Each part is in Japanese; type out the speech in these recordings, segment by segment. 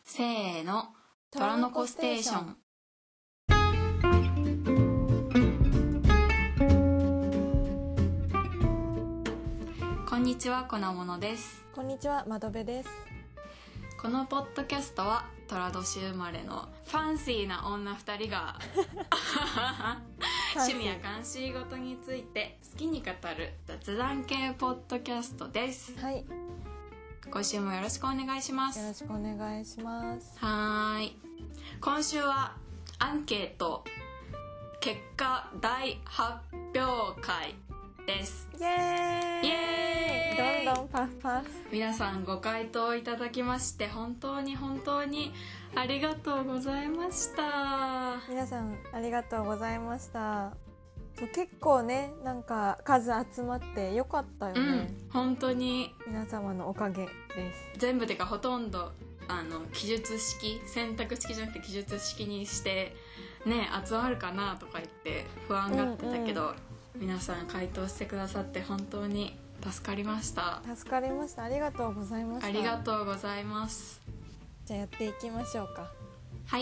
せーの、虎の子ステーション。こんにちは、粉物です。 こんにちは、窓辺です。 このポッドキャストは寅年生まれのファンシーな女2人が趣味や関心事について好きに語る雑談系ポッドキャストです。 はい、 今週もよろしくお願いします。 よろしくお願いします。 はーい。今週はアンケート結果大発表会です。 イエーイ、 イエーイ。 どんどんパフパフ。 皆さんご回答いただきまして本当にありがとうございました。 皆さんありがとうございました。そう結構ね、なんか数集まってよかったよね。 本当に皆様のおかげです。 全部てかほとんど記述式、選択式じゃなくて記述式にしてね、集まるかなとか言って不安がってたけど、皆さん回答してくださって本当に助かりました。 助かりました。ありがとうございました。 ありがとうございます。 じゃあやっていきましょうか。 はい。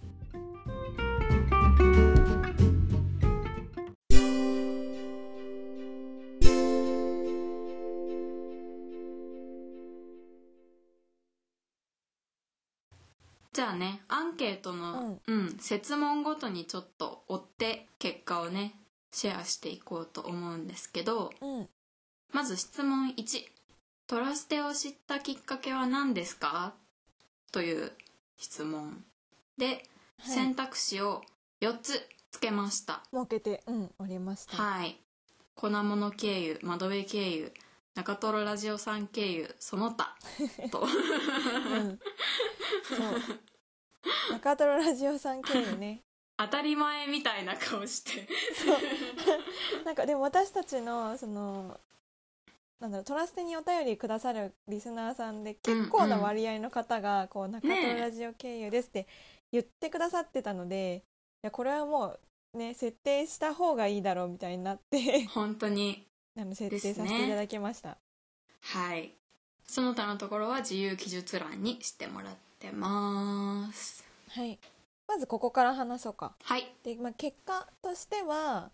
じゃあね、アンケートの、設問ごとにちょっと追って結果をねシェアしていこうと思うんですけど、まず質問1、トラステを知ったきっかけは何ですかという質問で、選択肢を4つつけました。 設けておりました。 はい。粉物経由、窓辺経由、中トロラジオさん経由、その他とそう中トロラジオさん経由ね当たり前みたいな顔してそうなんかでも私たちのそのなんだろう、トラステにお便りくださるリスナーさんで結構な割合の方がこう中トロラジオ経由ですって言ってくださってたので、いやこれはもうね設定した方がいいだろうみたいになって本当に設定させていただきました。 はい。その他のところは自由記述欄にしてもらってます。 はい。まずここから話そうか。 はい。 で、結果としては、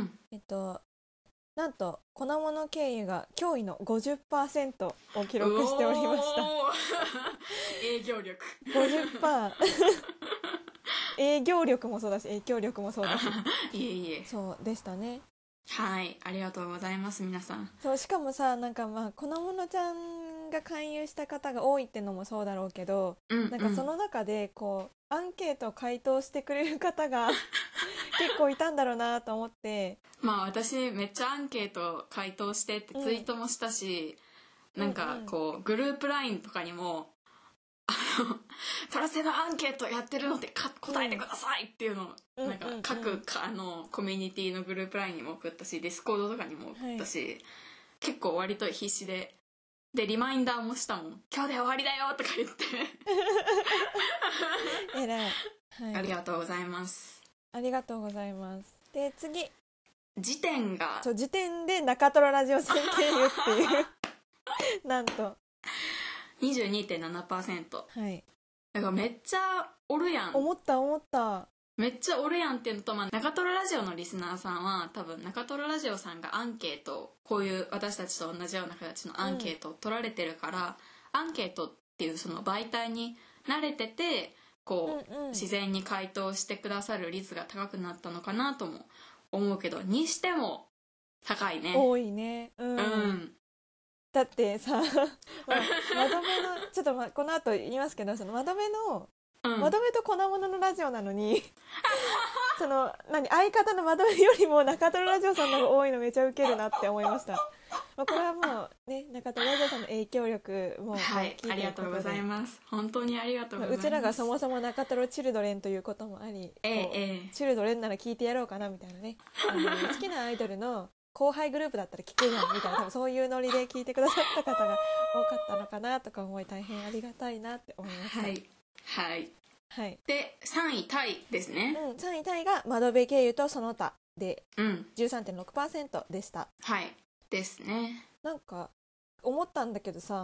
なんと粉物経由が驚異の 50% を記録しておりました。 営業力 50% 営業力もそうだし影響力もそうだしいえいえ、 そうでしたね。 はい、ありがとうございます。皆さん。 そう、しかもさ、なんか粉物ちゃんが勧誘した方が多いってのもそうだろうけど、なんかその中でこうアンケートを回答してくれる方が結構いたんだろうなと思って。 まあ私めっちゃアンケート回答してってツイートもしたし、なんかこうグループ LINE とかにもトラステのアンケートやってるので答えてくださいっていうのをなんか各コミュニティのグループ LINE にも送ったし、ディスコードとかにも送ったし、結構割と必死でリマインダーもしたもん。今日で終わりだよとか言って偉い、はい、 ありがとうございます。 ありがとうございます。で次、 時点で中トロラジオさん経由っていうなんと 22.7%。 はい。 だからめっちゃおるやん。 思っためっちゃおるやんっていうのと、中トロラジオのリスナーさんは多分中トロラジオさんがアンケート、こういう私たちと同じような形のアンケートを取られてるから、アンケートっていうその媒体に慣れててこう、自然に回答してくださる率が高くなったのかなとも思うけど、にしても高いね。 多いね。だってさ窓辺のちょっとこの後言いますけど、その窓辺と粉物のラジオなのにその相方の窓辺よりも中トロラジオさんの方が多いのめちゃウケるなって思いました。これはもうね、中トロラジオさんの影響力もはい、ありがとうございます。本当にありがとうございます。 うちらがそもそも中トロチルドレンということもあり、チルドレンなら聞いてやろうかなみたいなね好きなアイドルの後輩グループだったら聞くじゃんみたいな、多分そういうノリで聞いてくださった方が多かったのかなとか思い、大変ありがたいなって思いました。はい、で 3位タイですね。 3位タイが窓辺経由とその他で 13.6% でした。 はいですね。 なんか思ったんだけどさ、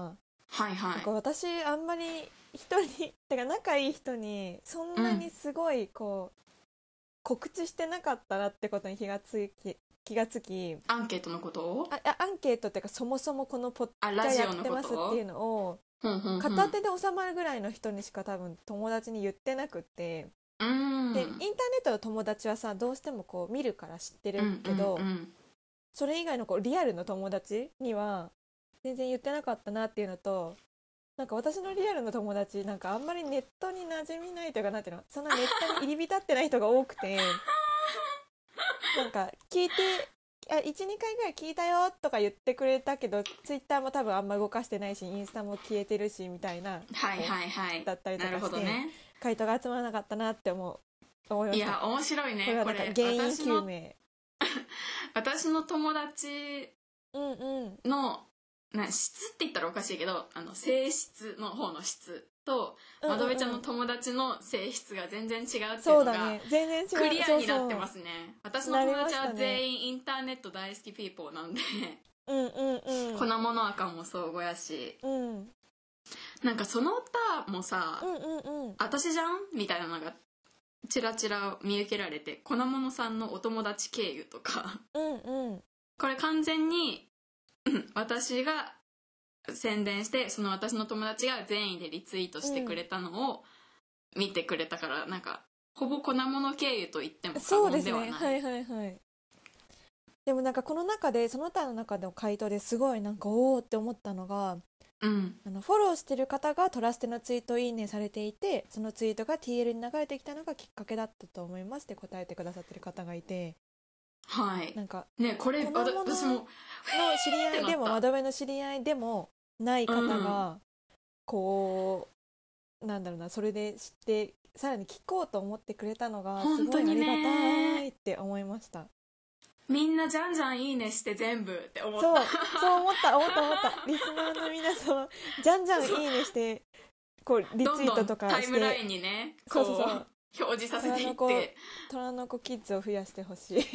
はいはい。 なんか私あんまり人にてか仲いい人にそんなにすごいこう、告知してなかったなってことに気がつきアンケートのことをアンケートっていうかそもそもこのポッドキャストやってますっていうのを片手で収まるぐらいの人にしか多分友達に言ってなくて、でインターネットの友達はさどうしてもこう見るから知ってるけど、それ以外のこうリアルの友達には全然言ってなかったなっていうのと、なんか私のリアルの友達なんかあんまりネットに馴染みないというか、なんていうの、そんなネットに入り浸ってない人が多くてなんか聞いて12回ぐらい聞いたよとか言ってくれたけど、ツイッターも多分あんま動かしてないしインスタも消えてるしみたいな、だったりとかして、回答が集まらなかったなって思いました。 いや面白いね。 これはなんか原因究明。 私の友達の、質って言ったらおかしいけど、性質の方の質と、まどべちゃんの友達の性質が全然違うっていうのが全然違う、 クリアになってますね。私の友達は全員インターネット大好きピーポーなんで粉物赤もそうごやし、なんかその歌もさ、私じゃんみたいなのがチラチラ見受けられて、粉物さんのお友達経由とかこれ完全に私が宣伝して、その私の友達が善意でリツイートしてくれたのを見てくれたから、なんかほぼ粉物経由と言っても過言ではない。 そうですね、はいはいはい。でもなんかこの中でその他の中での回答ですごいなんかおおって思ったのが、フォローしてる方がトラステのツイートをいいねされていて、そのツイートが TL に流れてきたのがきっかけだったと思いますって答えてくださってる方がいて、 はい、 なんかね、これ私もの知り合いでも窓辺の知り合いでもない方が、こうなんだろうな、それで知ってさらに聞こうと思ってくれたのがすごいありがたいって思いました。 みんなじゃんじゃんいいねして全部って思った。 そう思ったリスナーの皆様じゃんじゃんいいねしてこうリツイートとかしてタイムラインにねこう表示させていって虎の子キッズを増やしてほしい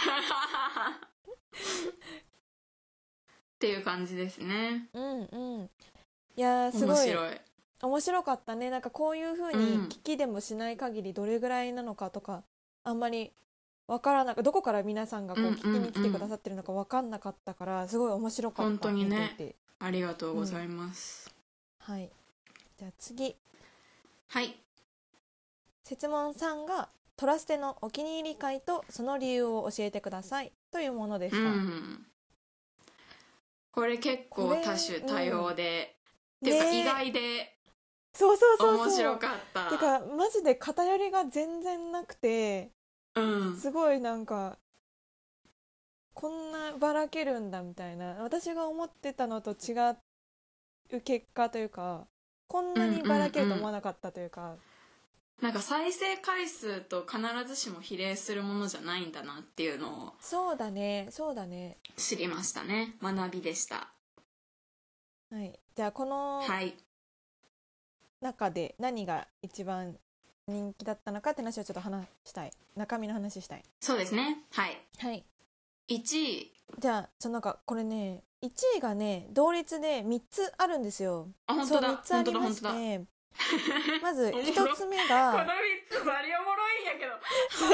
っていう感じですね。 いやすごい面白かったね。なんかこういう風に聞きでもしない限りどれぐらいなのかとか、あんまり分からなく、どこから皆さんがこう聞きに来てくださってるのか分かんなかったから、すごい面白かった。 本当にね、ありがとうございます。 はい、じゃあ次。 はい。 設問さんがトラステのお気に入り回とその理由を教えてくださいというものでした。 これ結構多種多様で、っていうか意外で面白かった。 てかマジで偏りが全然なくて、すごいなんかこんなばらけるんだみたいな、私が思ってたのと違う結果というか、こんなにばらけると思わなかったというか、 なんか再生回数と必ずしも比例するものじゃないんだなっていうのをそうだね知りましたね。学びでした。 はい、じゃあこの中で何が一番人気だったのかって話をちょっと話したい。中身の話したい。 そうですね。はい、1位じゃあなんかこれね、1位がね同率で3つあるんですよ。 本当だ、 3つありまして、まず1つ目がこの3つバリおもろいんやけど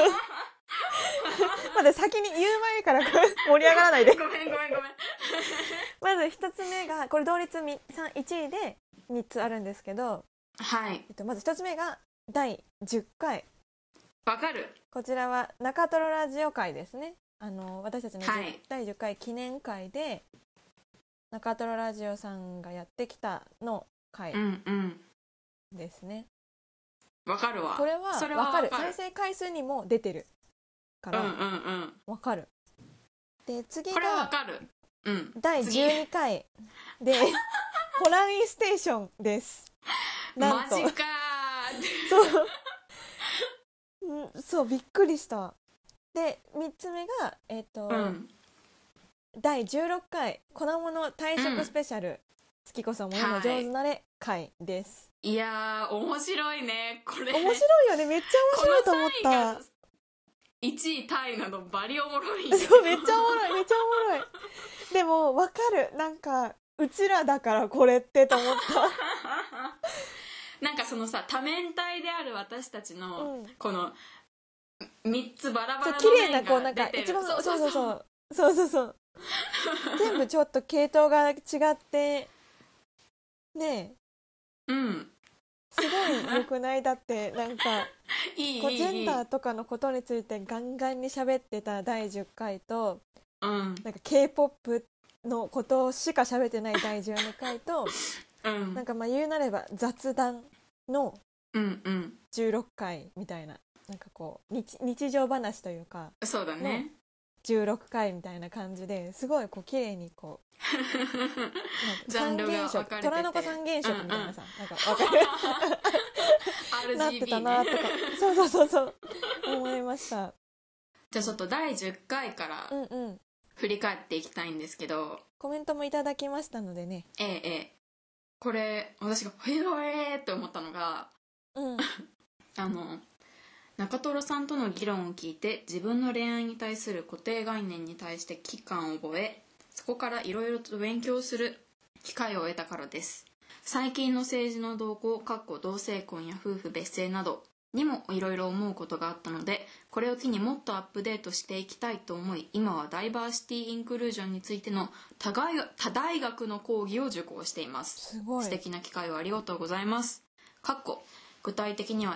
まだ先に言う前から盛り上がらないでごめんまず1つ目がこれ同率1位で3つあるんですけど、まず1つ目が第10回。 わかる。 こちらは中トロラジオ会ですね。私たちの第10回記念会で中トロラジオさんがやってきたの回ですね。 わかるわ。 これはわかる。再生回数にも出てるからわかる。で次が第12回でホラミステーションです。なんとマジかそうびっくりした。で3つ目が第16回粉物退職スペシャル、月こそものの上手なれ回です。 いやー面白いね。これ面白いよね。めっちゃ面白いと思った。 1位タイなどバリおもろい。 そうめっちゃおもろいでも分かる。なんかうちらだからこれってと思った。 なんかそのさ、多面体である私たちの、 うんこの3つバラバラの綺麗な面こうなんかが出てる。 一番そうそううそうそうそうそう全部ちょっと系統が違ってねえ、 うん、 すごい良くない？だってなんかこうジいいいいいい。 ェンダーとかのことについてガンガンに喋ってた第10回と、 うん、 なんか K-POP のことしか喋ってない第12回と、 うん、 なんかまあ言うなれば雑談のうんうん。 16回みたいな、なんかこう日常話というかそうだね。 16回みたいな感じですごいこう綺麗にこうジャンルが分かれてて、 虎の子三原色みたいなさ、なんか分かるなってた RGB ね。 なとかそうそうそうそう思いました。 じゃあちょっと第10回からうんうん、 振り返っていきたいんですけど、 コメントもいただきましたのでね。 これ私がへえって思ったのが、 うん中トロさんとの議論を聞いて自分の恋愛に対する固定概念に対して危機感を覚え、そこからいろいろと勉強する機会を得たからです。最近の政治の動向同性婚や夫婦別姓などにもいろいろ思うことがあったので、これを機にもっとアップデートしていきたいと思い、今はダイバーシティインクルージョンについての他大学の講義を受講しています。 すごい素敵な機会をありがとうございます。具体的には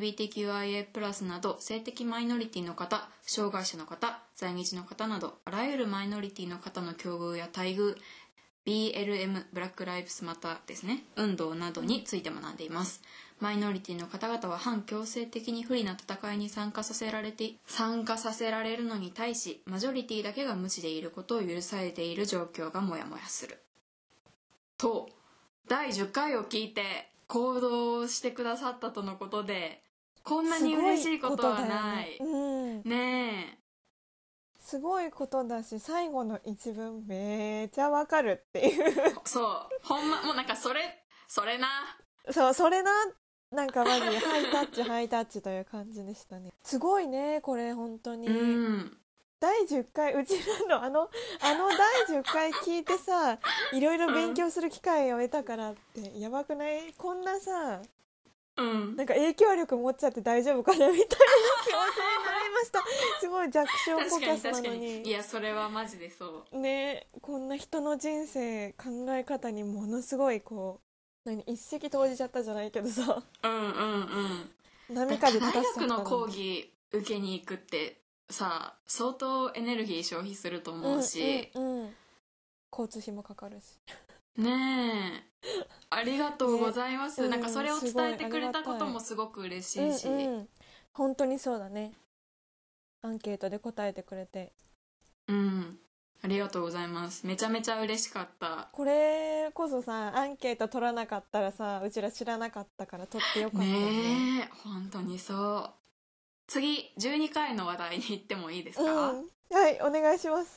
LGBTQIA+ など性的マイノリティの方、障害者の方、在日の方などあらゆるマイノリティの方の境遇や待遇、BLM ブラックライブスマターですね、運動などについて学んでいます。マイノリティの方々は反強制的に不利な戦いに参加させられるのに対し、マジョリティだけが無知でいることを許されている状況がモヤモヤすると、第10回を聞いて行動してくださったとのことで、こんなに嬉しいことはない。ねえ、 すごいことだし、最後の一文めっちゃわかるっていうそうほんま、もうなんかそれな、 そうそれな、なんかマジハイタッチという感じでしたね。すごいねこれ本当に。第10回うちらのあの第10回聞いてさ、いろいろ勉強する機会を得たからってやばくない？こんなさ、なんか影響力持っちゃって大丈夫かなみたいな気持ちになりました。すごい弱小ポキャスなのに。 いやそれはマジでそうね。こんな人の人生考え方にものすごいこう一石投じちゃったじゃないけどさ、波風立たしちゃった。大学の講義受けに行くってさ、相当エネルギー消費すると思うし、 交通費もかかるしねえ、ありがとうございます、なんかそれを伝えてくれたこともすごく嬉しいし、 本当にそうだね。アンケートで答えてくれて、 ありがとうございます。めちゃめちゃ嬉しかった。 これこそさ、アンケート取らなかったらさ、うちら知らなかったから取ってよかったね。え、本当にそう。次12回の話題に行ってもいいですか？ はい、お願いします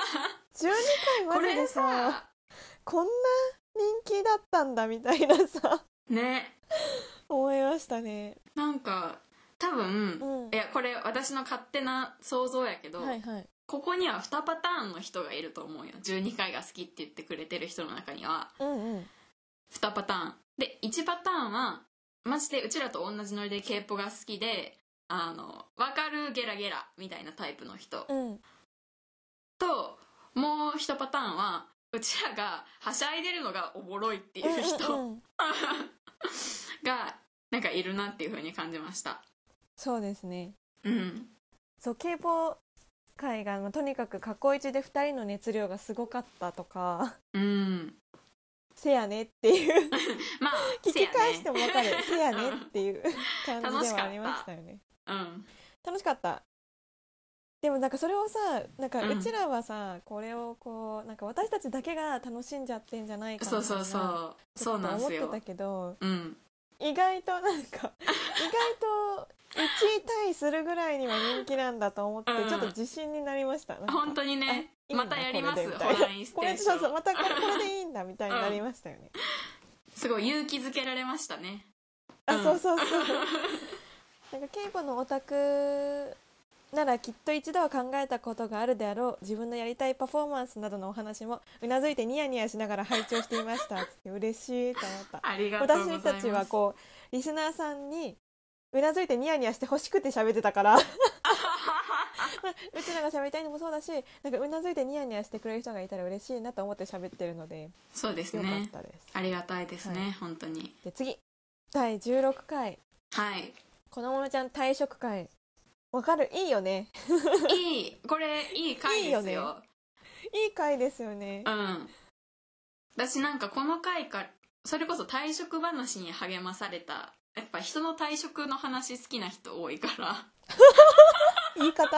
12回マジでさ、こんな人気だったんだみたいなさね、 思いましたね。 なんか多分、いやこれ私の勝手な想像やけど、ここには2パターンの人がいると思うよ。12回が好きって言ってくれてる人の中には、2パターンで、1パターンはマジでうちらと同じノリで K-POP が好きで、わかるゲラゲラみたいなタイプの人、と、もう1パターンはうちらがはしゃいでるのがおもろいっていう人、がなんかいるなっていう風に感じました。そうですね。そう、 K-POP 会がとにかく過去一で2人の熱量がすごかったとか、せやねっていうまあ聞き返しても分かる、せやねっていう感じではありましたよね。楽しかった。でもなんかそれをさ、なんかうちらはさ、これをこうなんか私たちだけが楽しんじゃってんじゃないかみたいな、そうなんですよ、思ってたけど、意外となんか意外と1位タイするぐらいには人気なんだと思って、ちょっと自信になりました。本当にね、またやります、ホラインステーション。またこれでいいんだみたいになりましたよね。すごい勇気づけられましたね。そうなんかK-POPのオタクならきっと一度は考えたことがあるであろう自分のやりたいパフォーマンスなどのお話もうなずいてニヤニヤしながら拝聴していましたって嬉しいと思った。 ありがとうございます。 私たちはこうリスナーさんにうなずいてニヤニヤして欲しくて喋ってたからうちらが喋りたいのもそうだし、なんかうなずいてニヤニヤしてくれる人がいたら嬉しいなと思って喋ってるので、 そうですね、 よかったです。 ありがたいですね、 はい、 本当に。 で次第16回、 はい、 このものちゃん退職会、わかる？いいよね。 いい、これいい回ですよ。いいよね、 いい回ですよね。 うん、私なんかこの回か、それこそ退職話に励まされた。やっぱ人の退職の話好きな人多いから言い方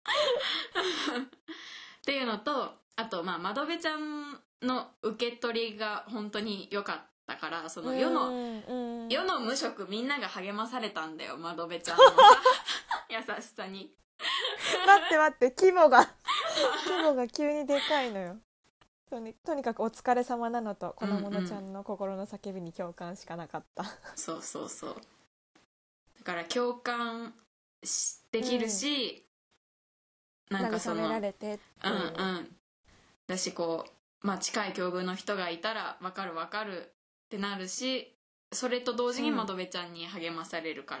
っていうのと、あとまあ窓辺ちゃんの受け取りが本当に良かったから、その世の無職みんなが励まされたんだよ、窓辺ちゃんのさ優しさに待って規模が急にでかいのよ。とにかくお疲れ様なのと、このものちゃんの心の叫びに共感しかなかった、 そうそうそう。だから共感できるし、なんかその慰められてだし、こう、まあ、近い境遇の人がいたら分かるってなるし、それと同時に窓辺ちゃんに励まされるから、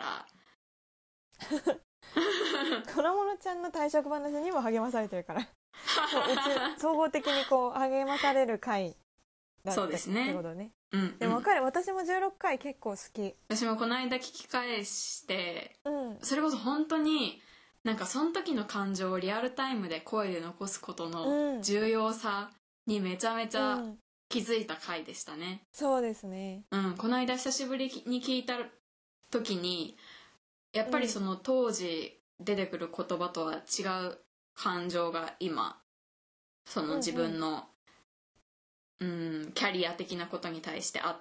このものちゃんの退職話にも励まされてるからうち総合的にこう励まされる回だったってことね。でも分かる、私も16回結構好き。 私もこの間聞き返して、それこそ本当になんかその時の感情をリアルタイムで声で残すことの重要さにめちゃめちゃ気づいた回でしたね。 そうですね。 この間久しぶりに聞いた時に、やっぱりその当時出てくる言葉とは違う感情が今その自分の、キャリア的なことに対してあって、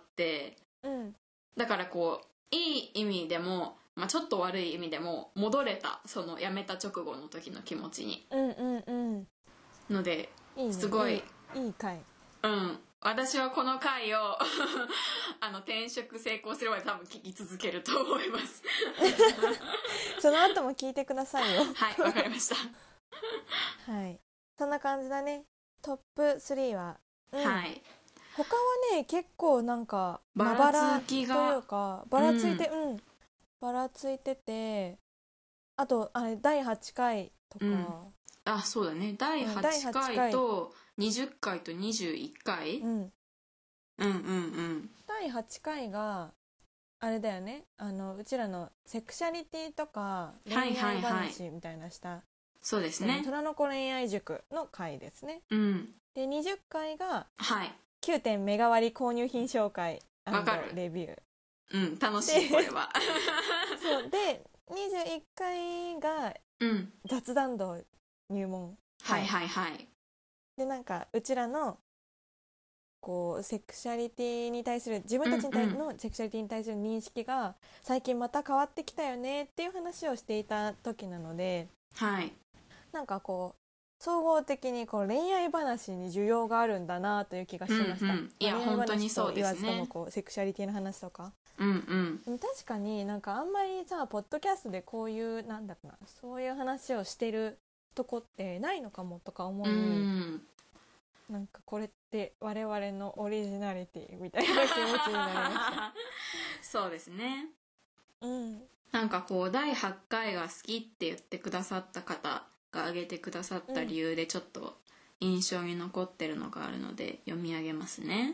だからこういい意味でも、まあ、ちょっと悪い意味でも戻れた、その辞めた直後の時の気持ちに、ので、いいね、すごいいい回。 私はこの回を転職成功するまで多分聞き続けると思いますその後も聞いてくださいよはい、わかりましたはい、そんな感じだね。トップ3は、 はい、 他はね結構なんかばらつきがというかばらついて、ばらついてて、あとあれ第8回とか、 あ、そうだね、第8回と20回と21回、 第8回があれだよね、うちらのセクシャリティとか恋愛話みたいなした、 そうですね、 虎の子恋愛塾の回ですね。で20回が9点メガ割購入品紹介&レビュー。 楽しいこれはそうで21回が雑談道入門、でなんかうちらのこうセクシャリティに対する自分たちのセクシャリティに対する認識が最近また変わってきたよねっていう話をしていた時なので、なんかこう総合的にこう恋愛話に需要があるんだなという気がしました。 いや本当にそうですね。 言わずともこうセクシャリティの話とか、でも確かになんかあんまりさポッドキャストでこういうなんだろうな、そういう話をしてるとこってないのかもとか思い、なんかこれって我々のオリジナリティみたいな気持ちになりましたそうですね。なんかこう第8回が好きって言ってくださった方が挙げてくださった理由でちょっと印象に残ってるのがあるので読み上げますね。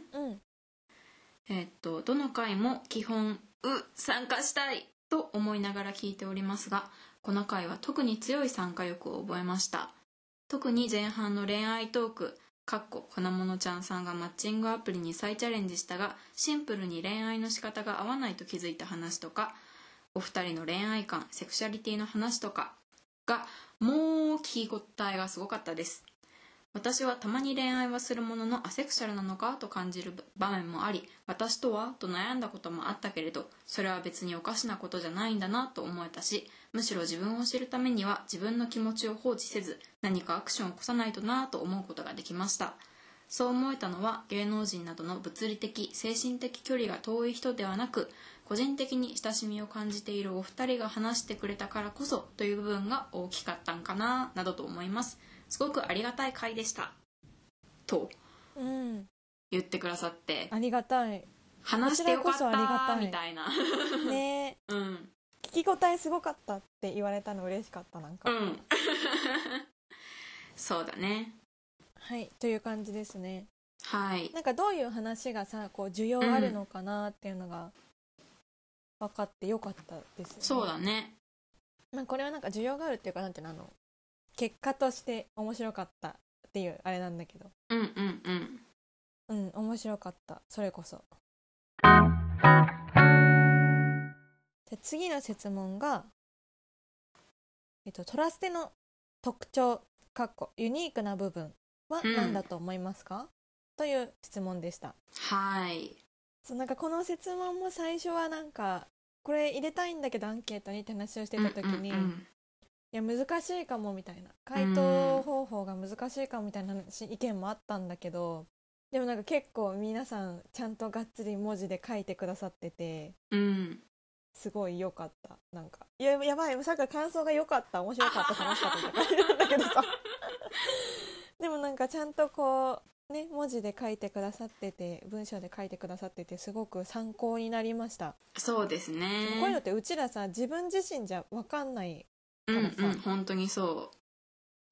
どの回も基本参加したいと思いながら聞いておりますが、この回は特に強い参加欲を覚えました。特に前半の恋愛トーク粉ものちゃんさんがマッチングアプリに再チャレンジしたがシンプルに恋愛の仕方が合わないと気づいた話とか、お二人の恋愛観セクシャリティの話とかがもう聞き応えがすごかったです。私はたまに恋愛はするもののアセクシャルなのかと感じる場面もあり、私とはと悩んだこともあったけれど、それは別におかしなことじゃないんだなと思えたし、むしろ自分を知るためには自分の気持ちを放置せず何かアクションを起こさないとなと思うことができました。そう思えたのは芸能人などの物理的精神的距離が遠い人ではなく、 個人的に親しみを感じているお二人が話してくれたからこそという部分が大きかったんかななどと思います。すごくありがたい回でしたと言ってくださって、 ありがたい、 話してよかったみたいなね、聞き応えすごかったって言われたの嬉しかった。なんかそうだね。 はいという感じですね。 はい。 なんかどういう話がさこう需要あるのかなっていうのが分かってよかったですよね。 そうだね。 まあこれはなんか需要があるっていうかなんていうの結果として面白かったっていうあれなんだけど、面白かった。それこそ。で次の設問が、トラステの特徴ユニークな部分は何だと思いますか、という質問でした。 はい。 そうなんかこの質問も最初はなんかこれ入れたいんだけどアンケートにって話をしてた時に、いや難しいかもみたいな、回答方法が難しいかもみたいな意見もあったんだけど、でもなんか結構皆さんちゃんとがっつり文字で書いてくださってて、すごい良かった。なんかやばいさっきから感想が良かった、面白かった、楽しかったって感じなんだけどさでもなんかちゃんとこうね文字で書いてくださってて、文章で書いてくださってて、すごく参考になりました。 そうですね。 こういうのってうちらさ自分自身じゃ分かんないからさ、 本当にそう。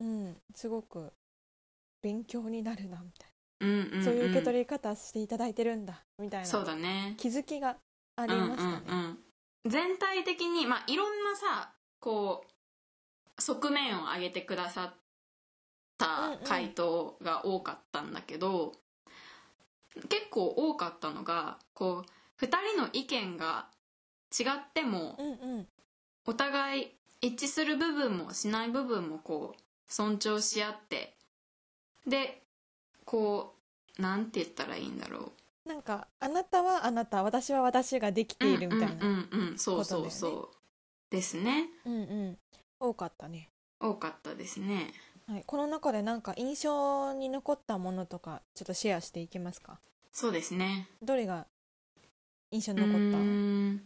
すごく勉強になるなみたいな、そういう受け取り方していただいてるんだみたいな、 そうだね、 気づきがありましたね。 全体的に、いろんなさこう側面を挙げてくださった回答が多かったんだけど、結構多かったのがこう2人の意見が違っても、お互い一致する部分もしない部分もこう尊重し合って、でこうなんて言ったらいいんだろう、 なんかあなたはあなた、私は私ができているみたいなそうそうそうですね。 多かったね。 多かったですね。 はい、この中でなんか印象に残ったものとかちょっとシェアしていきますか。 そうですね。 どれが印象に残った？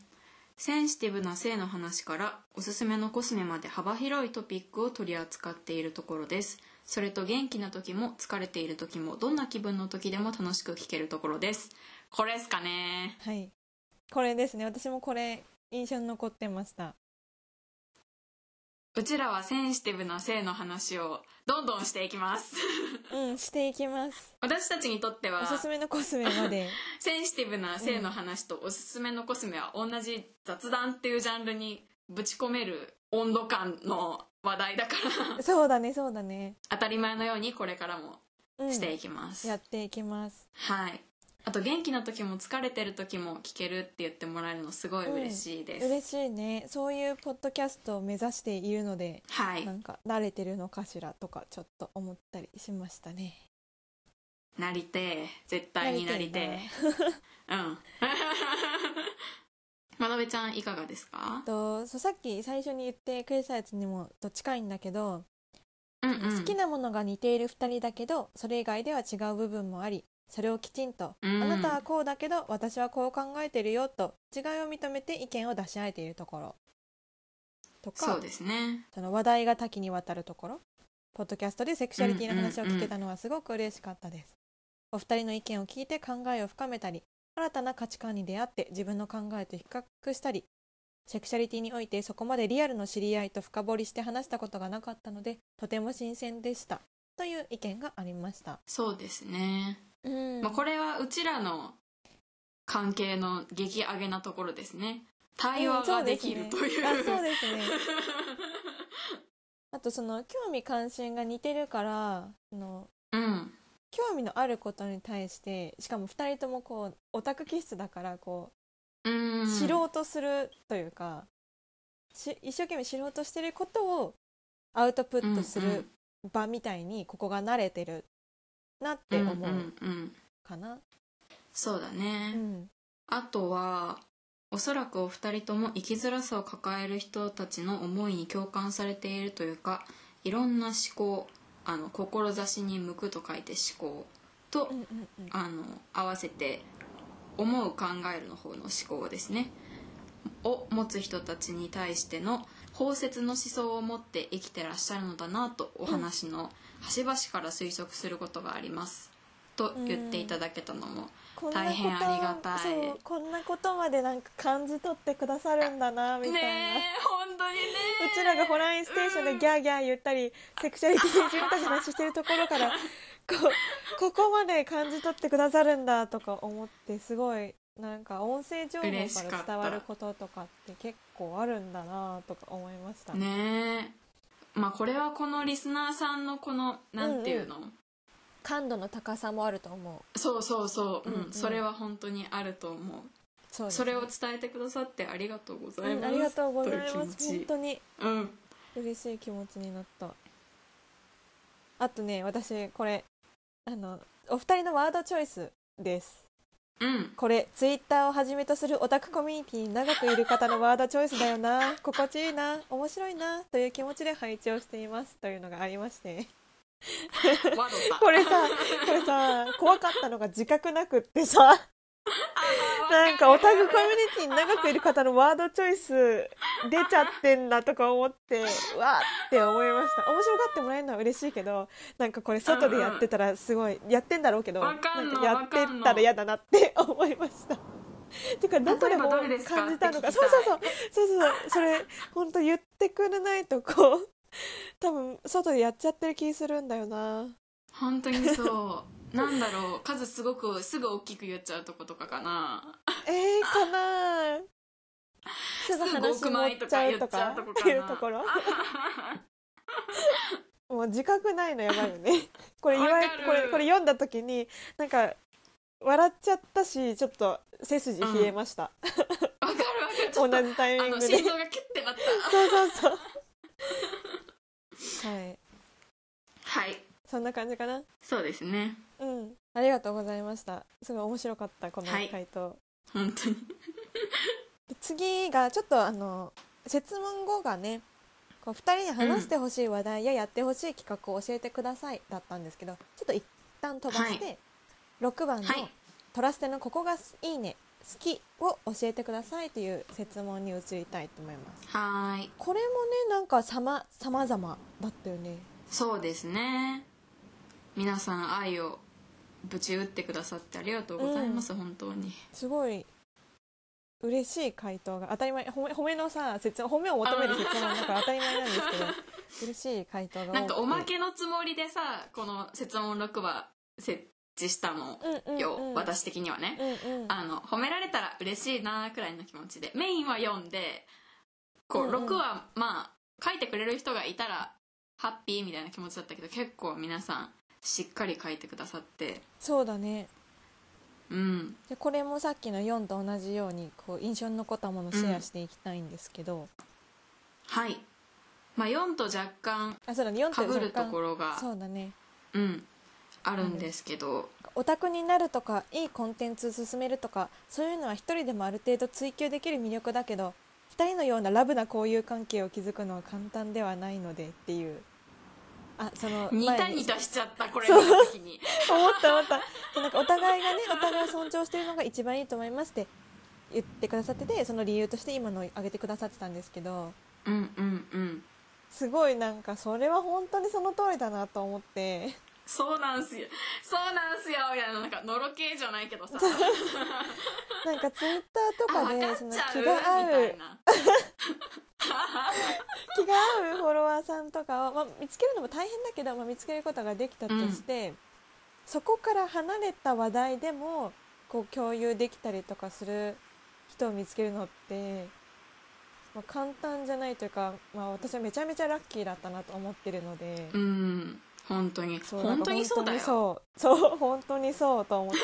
センシティブな性の話からおすすめのコスメまで幅広いトピックを取り扱っているところです。それと元気な時も疲れている時もどんな気分の時でも楽しく聴けるところです。これですかね。 はい、これですね。私もこれ印象に残ってました。 うちらはセンシティブな性の話をどんどんしていきますしていきます。 私たちにとってはおすすめのコスメまでセンシティブな性の話とおすすめのコスメは同じ雑談っていうジャンルにぶち込める温度感の話題だからそうだねそうだね、 当たり前のようにこれからもしていきます、 やっていきます。 はい。あと元気な時も疲れてる時も聞けるって言ってもらえるのすごい嬉しいです、 嬉しいね。そういうポッドキャストを目指しているので、なんか慣れてるのかしらとかちょっと思ったりしましたね。 なりてえ、絶対になりてえまなべちゃんいかがですか？ さっき最初に言ってくれたやつにも近いんだけど、好きなものが似ている2人だけどそれ以外では違う部分もあり、それをきちんと、あなたはこうだけど私はこう考えてるよと違いを認めて意見を出し合えているところとか、 そうですね、 その話題が多岐にわたるところ、ポッドキャストでセクシュアリティの話を聞けたのはすごく嬉しかったです。お二人の意見を聞いて考えを深めたり、新たな価値観に出会って自分の考えと比較したり、セクシャリティにおいてそこまでリアルの知り合いと深掘りして話したことがなかったのでとても新鮮でしたという意見がありました。 そうですね、これはうちらの関係の激上げなところですね。対話ができるという、 そうですねあとその興味関心が似てるから興味のあることに対して、しかも2人ともこうオタク気質だからこう知ろうとするというか、一生懸命知ろうとしてることをアウトプットする場みたいにここが慣れてるなって思うかな。 そうだね、あとはおそらくお二人とも生きづらさを抱える人たちの思いに共感されているというか、いろんな思考、志に向くと書いて思考と、合わせて思う考えるの方の思考ですねを持つ人たちに対しての包摂の思想を持って生きてらっしゃるのだなとお話の端々から推測することがありますと言っていただけたのも大変ありがたい。 そう、こんなことまでなんか感じ取ってくださるんだなみたいな、 ねえ本当にね、 うちらがホラインステーションでギャーギャー言ったりセクシャリティで自分たちの話してるところからここまで感じ取ってくださるんだとか思って、すごいなんか音声情報から伝わることとかって結構あるんだなとか思いましたね。え、まあこれはこのリスナーさんのこのなんていうの、 感度の高さもあると思う。そうそうそう、それは本当にあると思う。そうですね、それを伝えてくださってありがとうございます、 ありがとうございます。本当に嬉しい気持ちになった。あとね、私これお二人のワードチョイスです。これツイッターをはじめとするオタクコミュニティに長くいる方のワードチョイスだよな、心地いいな、面白いなという気持ちで配置をしていますというのがありましてこれさ怖かったのが自覚なくってさなんかオタクコミュニティに長くいる方のワードチョイス出ちゃってんだとか思ってわーって思いました。面白がってもらえるのは嬉しいけど、なんかこれ外でやってたらすごいやってんだろうけど、なんかやってったら嫌だなって思いましたてかどこでも感じたのか、そうそれ本当言ってくれないとこう多分外でやっちゃってる気するんだよな。 本当にそうなんだろう、数すぐ大きく言っちゃうとことかかなかなすぐ話持っちゃうとかいうところもう自覚ないのやばいよねこれ読んだ時になんか笑っちゃったし、ちょっと背筋冷えました、 わかる同じタイミングで心臓がキュッてなったそうはい、そんな感じかな。 そうですね。 ありがとうございました。すごい面白かったこの回答、 本当に次がちょっと設問後がね、こう2人に話してほしい話題ややってほしい企画を教えてくださいだったんですけど、ちょっと一旦飛ばして、6番のトラステのここがいいね好きを教えてくださいという設問に移りたいと思います。これもね、なんか様々だったよね。 そうですね。皆さん愛をぶち打ってくださってありがとうございます、本当にすごい嬉しい回答が当たり前、褒めのさ褒めを求める説問だから当たり前なんですけど嬉しい回答が多くて、 なんかおまけのつもりでさこの設問6話設置したのよ、私的にはね、褒められたら嬉しいなくらいの気持ちでメインは読んでこう、6話まあ書いてくれる人がいたらハッピーみたいな気持ちだったけど、結構皆さんしっかり書いてくださって。 そうだね。でこれもさっきの4と同じようにこう印象に残ったものをシェアしていきたいんですけど、 はいまあ4と若干かぶるところがそうだねあるんですけど、 オタクになるとかいいコンテンツ進めるとかそういうのは一人でもある程度追求できる魅力だけど、2人のようなラブな交友関係を築くのは簡単ではないのでっていう、 ニタニタしちゃったこれ見た時に思ったなんかお互いがねお互い尊重してるのが一番いいと思いますって言ってくださってて、その理由として今のを挙げてくださってたんですけど、すごいなんかそれは本当にその通りだなと思って。 そうなんすよいやなんかのろけじゃないけどさなんかツイッターとかでその気が合うフォロワーさんとかを、見つけるのも大変だけど、見つけることができたとして、そこから離れた話題でもこう共有できたりとかする人を見つけるのって、簡単じゃないというか、私はめちゃめちゃラッキーだったなと思ってるので、 本当にそうだよ。 そう本当にそうと思って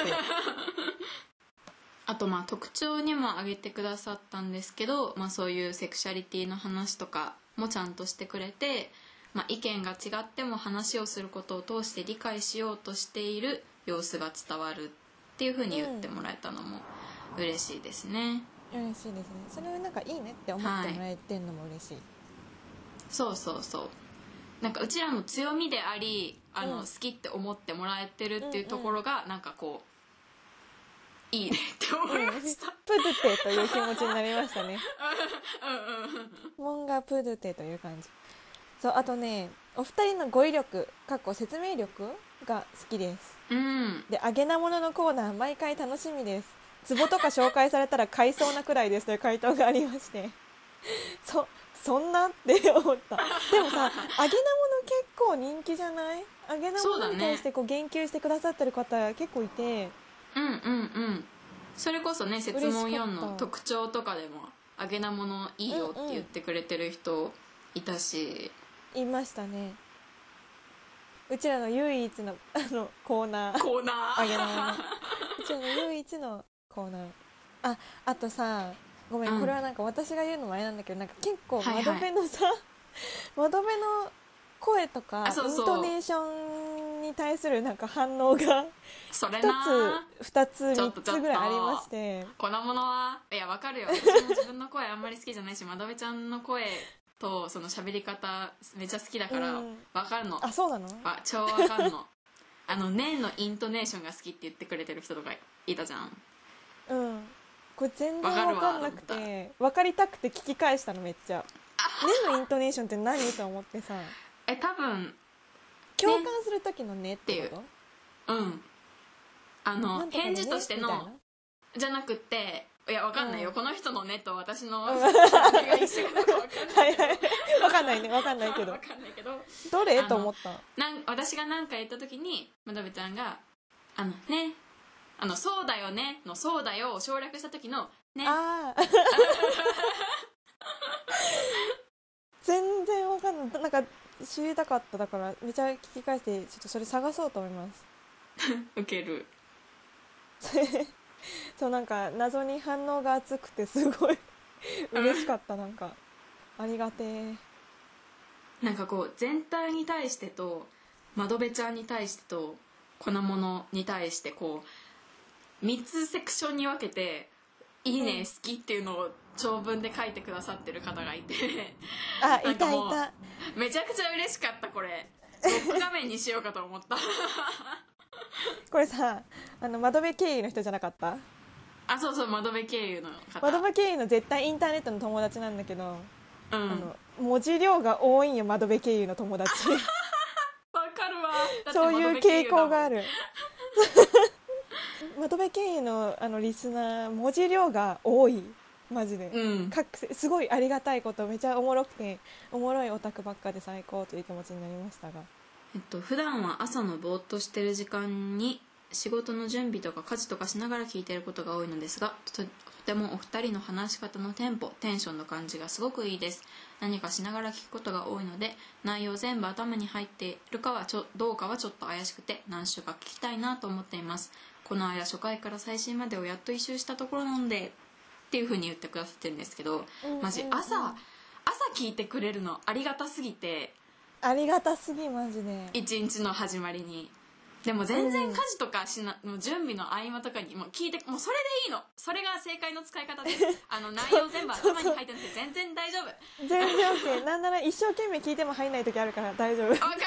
あと特徴にも挙げてくださったんですけど、そういうセクシャリティの話とかもちゃんとしてくれて、意見が違っても話をすることを通して理解しようとしている様子が伝わるっていう風に言ってもらえたのも嬉しいですね。 嬉しいですね。それをなんかいいねって思ってもらえてんのも嬉しい。 そうなんかうちらの強みであり好きって思ってもらえてるっていうところがなんかこういいねって思いました、 プドゥテという気持ちになりましたねうんモンガプドゥテという感じ。そう、あとね、お二人の語彙力説明力が好きです。で、揚げなもののコーナー毎回楽しみです。ツボとか紹介されたら買いそうなくらいですという回答がありましてそんなって思った。でもさ、揚げなもの結構人気じゃない？揚げなものに対してこう言及してくださってる方結構いて、 それこそね、設問4の特徴とかでも揚げなものいいよって言ってくれてる人いたし、 いましたね。うちらの唯一のコーナー揚げなものうちらの唯一のコーナー。あとさ、ごめん、これはなんか私が言うのもあれなんだけど、なんか結構窓辺のさ、窓辺の声とかイントネーションに対するなんか反応がそれ 1つ2つ3つぐらいありまして、 このものはいやわかるよ、私も自分の声あんまり好きじゃないし、窓辺ちゃんの声とその喋り方めっちゃ好きだからわかるの。 あ、そうなの？ 超わかるのねのイントネーションが好きって言ってくれてる人とかいたじゃん。 これ全然分かんなくて、分かりたくて聞き返したのめっちゃ。ねのイントネーションって何と思ってさ、 多分共感する時のねってこと？ 返事としてのじゃなくて、いやわかんないよ、この人のねと私のが一緒か分かんない。 分かんないね、分かんないけどどれと思った。 私が何か言った時にまどべちゃんがね、そうだよねのそうだよを省略した時のね。 全然わかんない。なんか知りたかった。だからめちゃ聞き返してちょっとそれ探そうと思いますウケるそう、なんか謎に反応が熱くてすごい嬉しかった。なんかありがてえ。 なんかこう全体に対してと窓辺ちゃんに対してと粉物に対してこう3つセクションに分けていいね、好きっていうのを長文で書いてくださってる方がいていためちゃくちゃ嬉しかった。これロック画面にしようかと思ったこれさ、窓辺経由の人じゃなかった？ そうそう、窓辺経由の方。 窓辺経由の絶対インターネットの友達なんだけど、文字量が多いんよ、窓辺経由の友達わかるわ。 そういう傾向がある窓辺経由のリスナー文字量が多い、マジで、すごいありがたいこと、めちゃおもろくておもろいオタクばっかで最高という気持ちになりましたが、 普段は朝のぼーっとしてる時間に仕事の準備とか家事とかしながら聞いてることが多いのですが、とてもお二人の話し方のテンポ、テンションの感じがすごくいいです。何かしながら聞くことが多いので、内容全部頭に入っているかはどうかはちょっと怪しくて、何週か聞きたいなと思っています。この間初回から最新までをやっと一周したところなのでっていう風に言ってくださってるんですけど、マジ朝聞いてくれるのありがたすぎて、 ありがたすぎ、マジで一日の始まりに。でも全然家事とかの準備の合間とかにもう聞いて、もうそれでいいの。それが正解の使い方です内容全部頭に入ってなくて全然大丈夫。 全然 OK なんなら一生懸命聞いても入んない時あるから大丈夫。わかる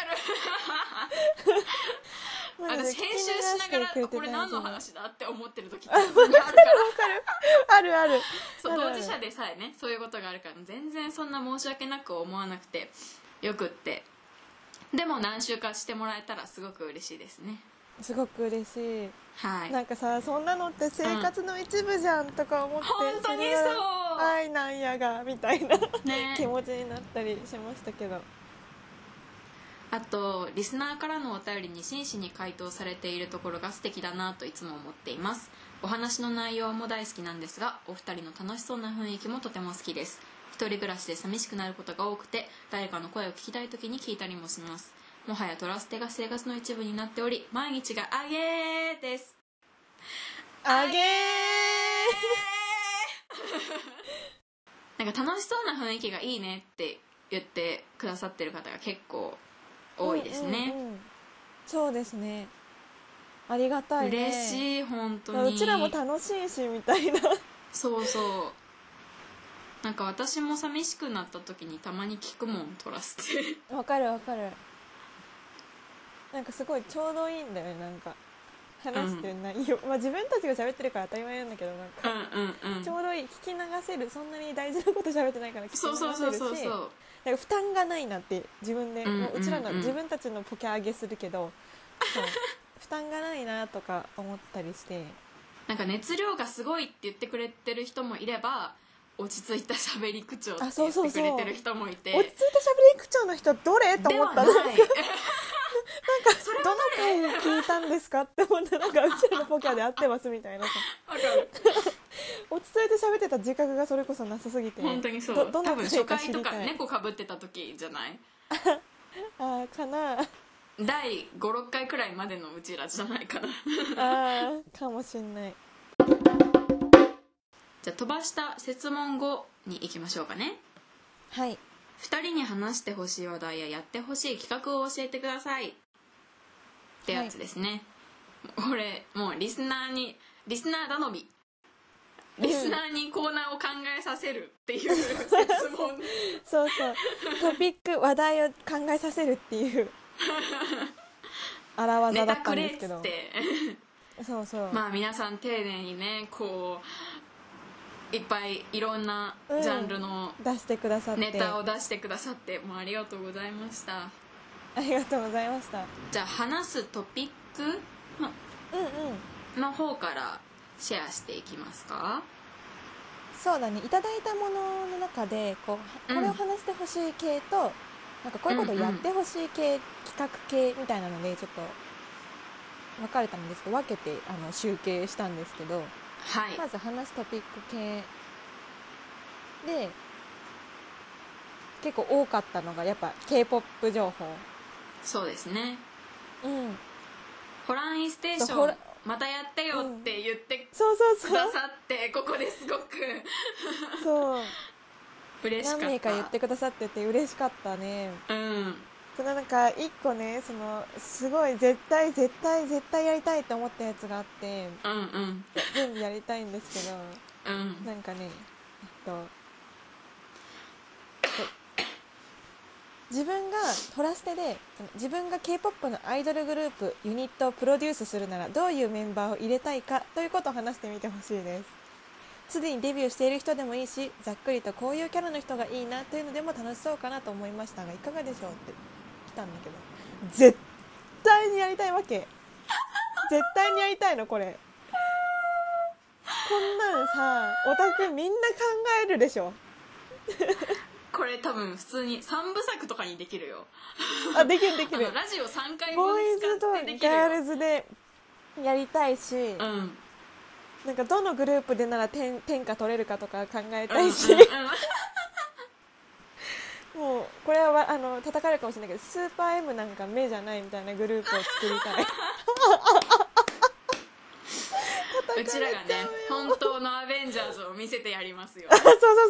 私編集しながらこれ何の話だって思ってる時ってあるからあるあるそう、当事者でさえね、そういうことがあるから全然そんな申し訳なく思わなくてよくって、でも何週かしてもらえたらすごく嬉しいですね。 すごく嬉しい。 はい。 なんかさ、そんなのって生活の一部じゃんとか思って、 本当にそう愛なんやがみたいな、ね、気持ちになったりしましたけど、 あとリスナーからのお便りに真摯に回答されているところが素敵だなといつも思っています。お話の内容も大好きなんですが、お二人の楽しそうな雰囲気もとても好きです。一人暮らしで寂しくなることが多くて、誰かの声を聞きたい時に聞いたりもします。もはやトラステが生活の一部になっており、毎日があげーです。 あげーなんか楽しそうな雰囲気がいいねって言ってくださってる方が結構多いですね、 そうですね、ありがたいね。 嬉しい、本当に。 うちらも楽しいしみたいなそうそう、なんか私も寂しくなった時にたまに聞くもん、トラスって。 わかるわかる。なんかすごいちょうどいいんだよね。なんか話してる内容、まあ自分たちが喋ってるから当たり前なんだけど、なんかちょうどいい、聞き流せる、そんなに大事なこと喋ってないから聞き流せるし、なんか負担がないなって自分で、もううちらの自分たちのポキャ上げするけど、そう負担がないなとか思ったりして、 なんか熱量がすごいって言ってくれてる人もいれば、落ち着いた喋り口調って言ってくれてる人もいて、 落ち着いた喋り口調の人どれと思ったの。なんかどの回聞いたんですかって思った。なんかうちらのポキャで合ってますみたいなさ。 わかる。 落ち着いて喋ってた自覚がそれこそなさすぎて、 本当にそう。多分初回とか猫かぶってた時じゃない？ ああかな。 第5、6回くらいまでのうちらじゃないかな。 ああかもしんない。 じゃあ飛ばした設問後に行きましょうかね。 はい。 2人に話してほしい話題ややってほしい企画を教えてくださいってやつですね。これもうリスナー頼み、リスナーにコーナーを考えさせるっていう設問。 そうそう、トピック話題を考えさせるっていう荒技だったんですけど、 ネタくれっつってそうそう、 まあ皆さん丁寧にね、こういっぱいいろんなジャンルの出してくださってネタを出してくださって、もうありがとうございました。 ありがとうございました。 じゃあ話すトピックの方からシェアしていきますか。 そうだね、いただいたものの中でこれを話してほしい系と、なんかこういうことをやってほしい系、企画系みたいなのでちょっと分かれたんですけど、分けて集計したんですけど、 はい、 まず話すトピック系で結構多かったのがやっぱ K-POP 情報。 そうですね。 うんホランイステーションまたやってよって言ってくださって、ここですごくそう嬉しかった。 何名か言ってくださってて嬉しかったね。そのなんか一個ね、そのすごい絶対やりたいと思ったやつがあって、全部やりたいんですけど、なんかね、自分がトラステで自分が K-POP のアイドルグループユニットをプロデュースするならどういうメンバーを入れたいかということを話してみてほしいです。すでにデビューしている人でもいいし、ざっくりとこういうキャラの人がいいなというのでも楽しそうかなと思いましたがいかがでしょうって来たんだけど、絶対にやりたいわけ。絶対にやりたいのこれ。こんなんさオタクみんな考えるでしょこれ多分普通に3部作とかにできるよ。 あ、できるラジオ3回ボ分ーイズと使ってできるよ。 ガールズでやりたいし、なんかどのグループでなら天下取れるかとか考えたいし、もうこれは叩かれるかもしれないけど、スーパー M なんか目じゃないみたいなグループを作りたい。 うちらがね、本当のアベンジャーズを見せてやりますよ。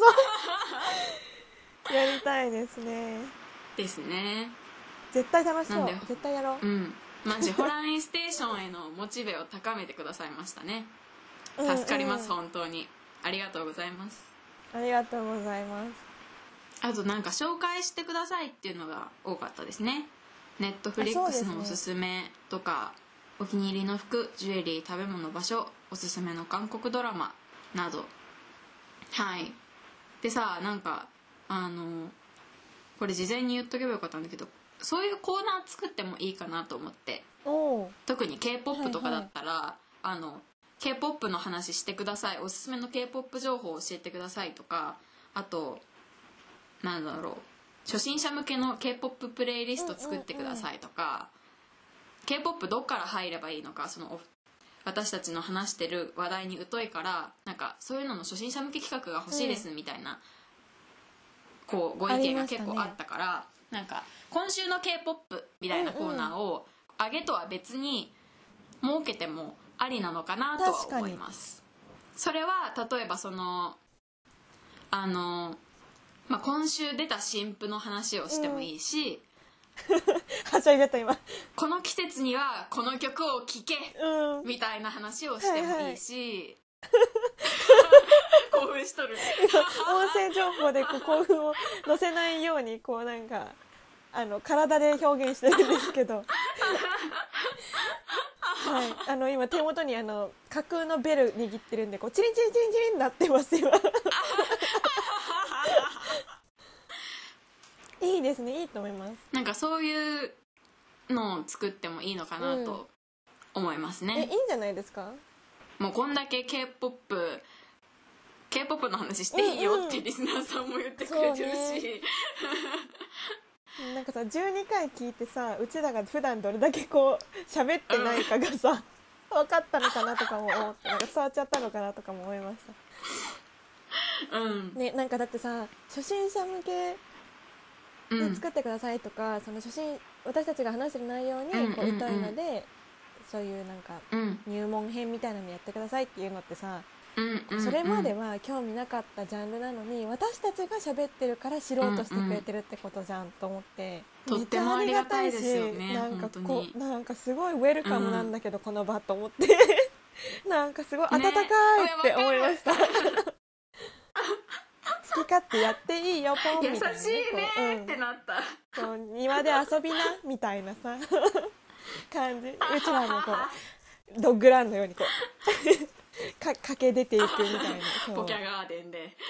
そうやりたいですね。 ですね。 絶対楽しそう。絶対やろう。 マジホランイステーションへのモチベを高めてくださいましたね。助かります、本当にありがとうございます。 ありがとうございます。 あとなんか紹介してくださいっていうのが多かったですね。ネットフリックスのおすすめとか、お気に入りの服、ジュエリー、食べ物、場所、おすすめの韓国ドラマなど。はいでさ、なんかこれ事前に言っとけばよかったんだけど、そういうコーナー作ってもいいかなと思って。特に K-POP とかだったら、K-POP の話してください、おすすめの K-POP 情報を教えてくださいとか、あとなんだろう、初心者向けの K-POP プレイリスト作ってくださいとか、K-POP どっから入ればいいのか、その私たちの話してる話題に疎いから、なんかそういうのの初心者向け企画が欲しいですみたいな、こうご意見が結構あったから、なんか今週の K-POP みたいなコーナーを上げとは別に設けてもありなのかなとは思います。それは例えばその今週出た新譜の話をしてもいいし、 はしゃいじゃった今。 この季節にはこの曲を聴け、みたいな話をしてもいいし、興奮しとる。 音声情報で興奮を載せないようにこうなんか体で表現してるんですけど、 はい、今手元に架空のベル握ってるんで、こうチリンチリンチリンチリンなってます今いいですね、いいと思います。 なんかそういうのを作ってもいいのかなと思いますね。 いいんじゃないですか。 もうこんだけ K-POP の話していいよってリスナーさんも言ってくれてるし、 なんかさ12回聞いてさ、うちらが普段どれだけこう喋ってないかがさ、分かったのかなとかも思って、なんか伝わっちゃったのかなとかも思いました。ね、なんかだってさ、初心者向けで作ってくださいとか、その私たちが話してる内容にこう歌うので、そういうなんか入門編みたいなのやってくださいっていうのってさ、それまでは興味なかったジャンルなのに、私たちが喋ってるから知ろうとしてくれてるってことじゃんと思って、 とってもありがたいですよね。 なんかすごいウェルカムなんだけど、この場と思ってなんかすごい温かいって思いました、好き勝手やっていいよポンみたいな、 優しいねってなった。 こう庭で遊びなみたいなさ感じ、うちらもこうドッグランのようにこう駆け出ていくみたいなポキャガーデンで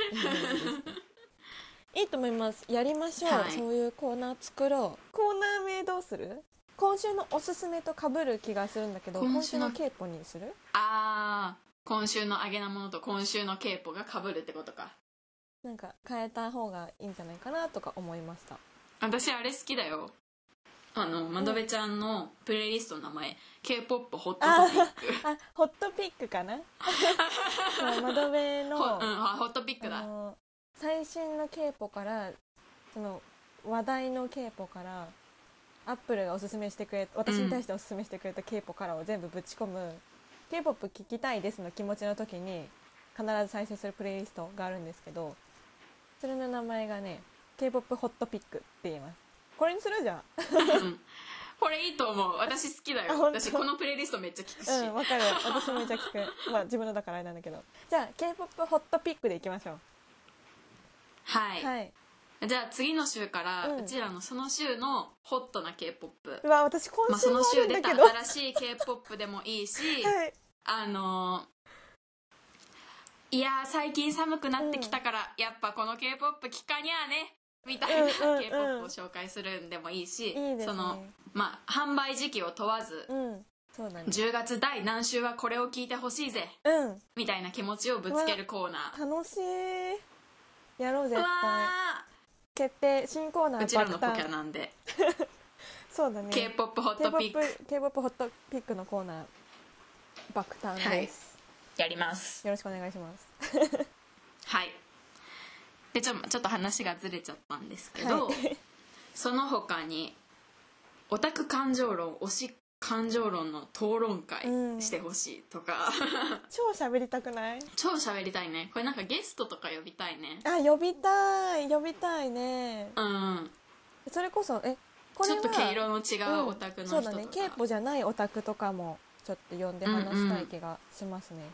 いいと思います。やりましょう、そういうコーナー作ろう。コーナー名どうする？今週のおすすめと被る気がするんだけど、今週のケイポにする？ 今週のあげなものと今週のケイポが被るってことか。 なんか変えた方がいいんじゃないかなとか思いました。 私あれ好きだよ、まどべちゃんのプレイリストの名前、K-POP ホットトピック。 ホットピックかなまどべのホットピックだ。 最新の K-POP からその話題の K-POP からアップルがおすすめしてくれ、私に対しておすすめしてくれた K-POP からを全部ぶち込む K-POP 聞きたいですの気持ちの時に必ず再生するプレイリストがあるんですけど、それの名前がね K-POP ホットピックって言います。これにするじゃんこれいいと思う。私好きだよ。私このプレイリストめっちゃ聞くし。 わかる、私もめっちゃ聞くまあ自分のだからあれなんだけど、じゃあ K-POP ホットピックでいきましょう。 はい、じゃあ次の週から、うちらのその週のホットな K-POP、 うわ私今週もあるんだけど、 その週出た新しい K-POP でもいいし、いや最近寒くなってきたから、やっぱこの K-POP 聞かにゃーねみたいな K-POP を紹介するんでもいいし、その販売時期を問わず、そうだね、10月第何週はこれを聞いてほしいぜ、みたいな気持ちをぶつけるコーナー。 楽しい、やろう絶対。決定、新コーナー。 うちらのポキャなんでそうだね、 K-POP ホットピック、 K-POP ホットピックのコーナー爆誕です、 やります。 よろしくお願いしますはいでちょっと話がずれちゃったんですけど、その他にオタク感情論、推し感情論の討論会してほしいとか、 超喋りたくない？ 超喋りたいね。これなんかゲストとか呼びたいね。 呼びたいね。それこそこれはちょっと毛色の違うオタクの人とか、 そうだね、K-POP じゃないオタクとかもちょっと呼んで話したい気がしますね。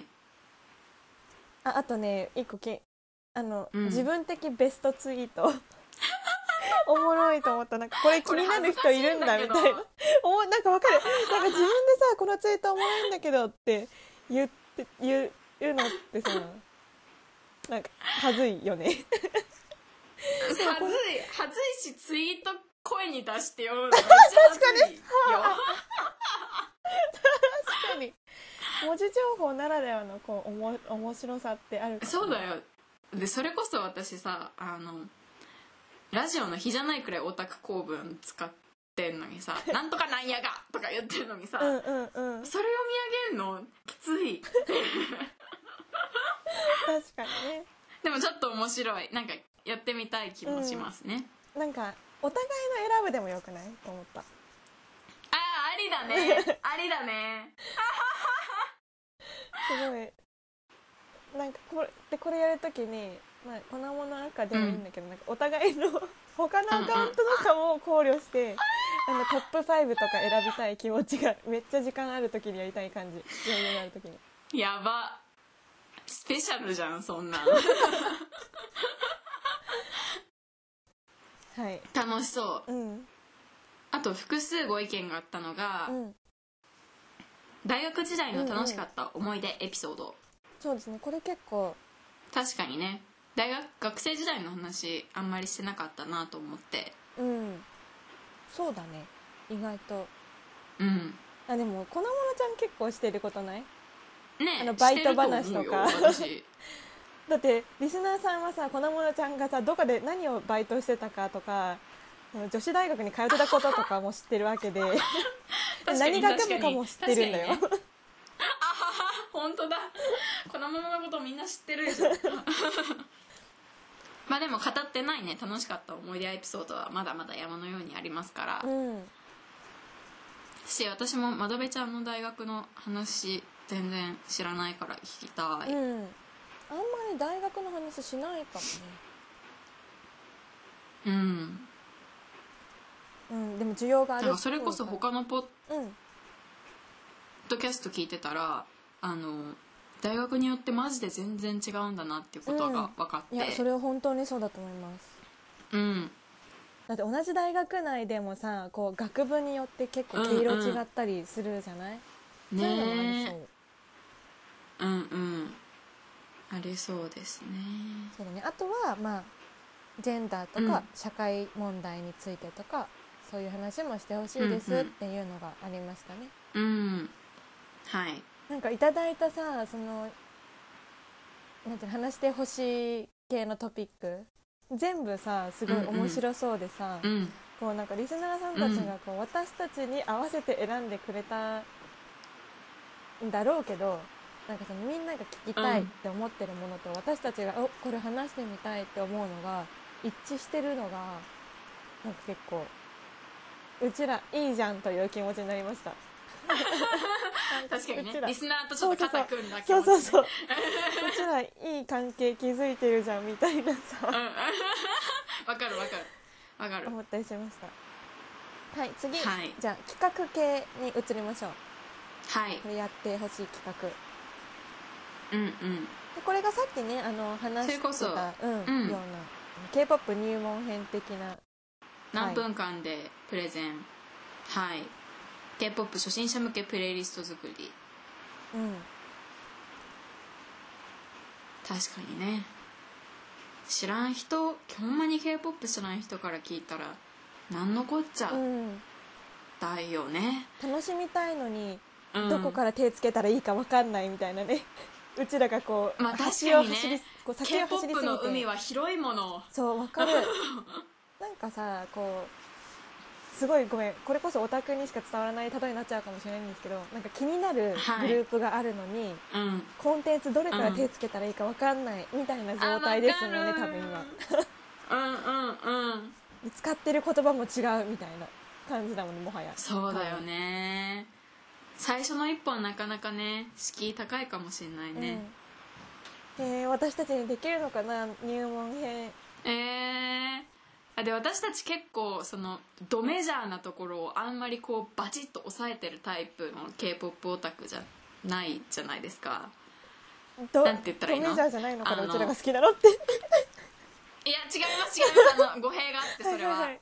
あとね一個自分的ベストツイートおもろいと思った。なんかこれ気になる人いるんだみたいななんかわかる、なんか自分でさこのツイートおもろいんだけどって言うのってさ、なんかはずいよねはずいし、ツイート声に出して読むのめっちゃはずいよ確かに文字情報ならではのこう面白さってあるから、ね、 そうだよ。でそれこそ私さラジオの日じゃないくらいオタク構文使ってんのにさ「なんとかなんやが!」とか言ってるのにさ、それ読み上げんのきつい確かにね。 でもちょっと面白い、なんかやってみたい気もしますね、 なんかお互いの選ぶでもよくないと思った。 ありだねありだねすごいなんかこれやるときに、粉物赤でもいいんだけど、なんかお互いの他のアカウントとかも考慮して、トップ5とか選びたい気持ちがめっちゃ時間あるときにやりたい感じ。余裕があるときに。 やば、スペシャルじゃんそんなんはい、 楽しそう、あと複数ご意見があったのが、 大学時代の楽しかった思い出エピソード、 そうですね、これ結構確かにね、学生時代の話あんまりしてなかったなと思って。 そうだね、意外と。でも粉ものちゃん結構してることない？ ね、 バイト話とか私だってリスナーさんはさ、粉ものちゃんがさどこで何をバイトしてたかとか、女子大学に通ってたこととかも知ってるわけで何学部かも知ってるんだよ、ね、 本当だ、粉もののことみんな知ってるでしょまあでも語ってないね楽しかった思い出エピソードはまだまだ山のようにありますから、私も窓辺ちゃんの大学の話全然知らないから聞きたい。あんまり大学の話しないかもね。でも需要がある。 それこそ他のポッドキャスト聞いてたら、大学によってマジで全然違うんだなっていうことが分かって、 いやそれは本当にそうだと思います。だって同じ大学内でもさ、こう学部によって結構毛色違ったりするじゃない？そういうのもありそう。 ありそうですね。 そうだね。あとはまあジェンダーとか社会問題についてとか、そういう話もしてほしいですっていうのがありましたね。 はい。 なんかいただいたさ、そのなんて話してほしい系のトピック全部さすごい面白そうでさ、こうなんかリスナーさんたちがこう私たちに合わせて選んでくれたんだろうけど、なんかそのみんなが聞きたいって思ってるものと私たちがこれ話してみたいって思うのが一致してるのがなんか結構うちらいいじゃんという気持ちになりました。 確かにね、リスナーとちょっと肩組んだ気持ち、そううちらいい関係築いてるじゃんみたいなさわかる思ったりしました。はい、次、じゃあ企画系に移りましょう。これやってほしい企画。でこれがさっきね話してたようなK-POP 入門編的な何分間でプレゼン、K-POP 初心者向けプレイリスト作り。確かにね、知らん人、ほんまに K-POP 知らん人から聞いたらなんのこっちゃだよね。 楽しみたいのにどこから手つけたらいいか分かんないみたいなねうちらがこう、 確かにね、K-POP の海は広いもの。 そう、分かるなんかさ、こうすごいごめん、これこそオタクにしか伝わらない例えになっちゃうかもしれないんですけど、なんか気になるグループがあるのに、コンテンツどれから手つけたらいいか分かんないみたいな状態ですもんね、多分今使ってる言葉も違うみたいな感じだもんね、もはや。 そうだよね、最初の一本なかなかね敷居高いかもしれないね。 私たちにできるのかな、入門編。 で私たち結構そのドメジャーなところをあんまりこうバチッと抑えてるタイプの K-POP オタクじゃないじゃないですか。なんて言ったらいいの？ ドメジャーじゃないのからうちらが好きなのっていや違います語弊があって、それは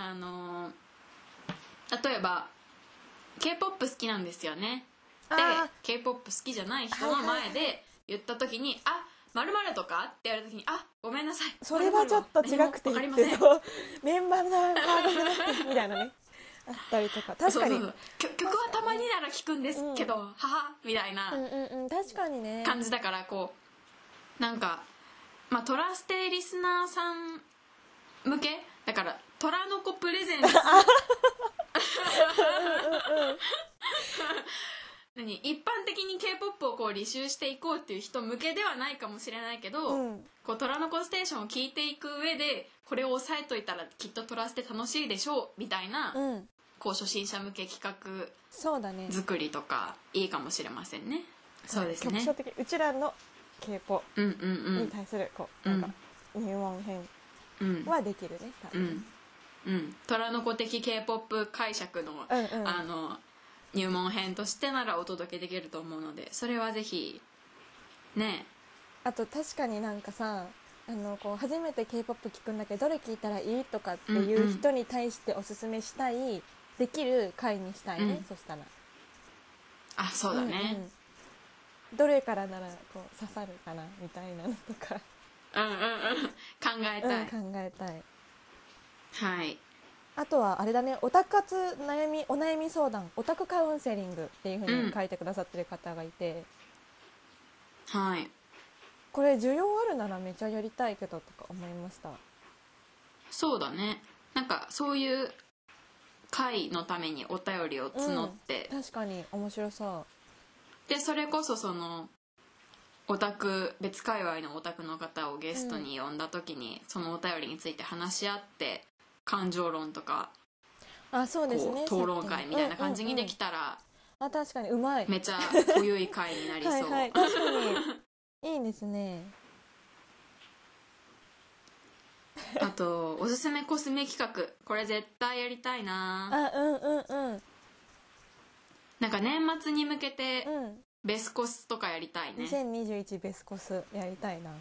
例えば K-POP 好きなんですよねで K-POP 好きじゃない人の前で言った時に〇〇とかって言われた時にごめんなさい、 それはちょっと違くて言ってメンバーのワードじゃなくてみたいなねあったりとか。確かに曲はたまになら聴くんですけど、はみたいな確かにね感じだから、こうなんかトラステリスナーさん向けだから、トラノコプレゼンツ一般的に K-POP をこう履修していこうっていう人向けではないかもしれないけど、こうトラノコステーションを聞いていく上でこれを押さえといたらきっとトラステ楽しいでしょうみたいな、こう初心者向け企画作りとかいいかもしれませんね。そうですね、 局所的うちらの K-POP に対するこうなんか入門編はできるね、多分。 虎の子的 K-POP 解釈の、入門編としてならお届けできると思うので、それはぜひね。 あと確かになんかさ、こう初めて K-POP 聞くんだけどどれ聞いたらいいとかっていう人に対しておすすめしたい、できる回にしたいね、そしたら。 あ、そうだね、 どれからならこう刺さるかなみたいなのとか考えたい、 考えたい。 はい。 あとはあれだね、オタ活お悩み相談、オタクカウンセリングっていう風に書いてくださってる方がいて、 はい。 これ需要あるならめちゃやりたいけどとか思いました。 そうだね、なんかそういう会のためにお便りを募って、 確かに面白そう。 でそれこそそのオタク別界隈のオタクの方をゲストに呼んだ時に、そのお便りについて話し合って感情論とか、 そうですね、 討論会みたいな感じにできたら、 確かにうまい、 めちゃ濃ゆい会になりそう。 はい、確かにいいですね。 あとおすすめコスメ企画、これ絶対やりたいな。なんか年末に向けてベスコスとかやりたいね。 2021ベスコスやりたいな。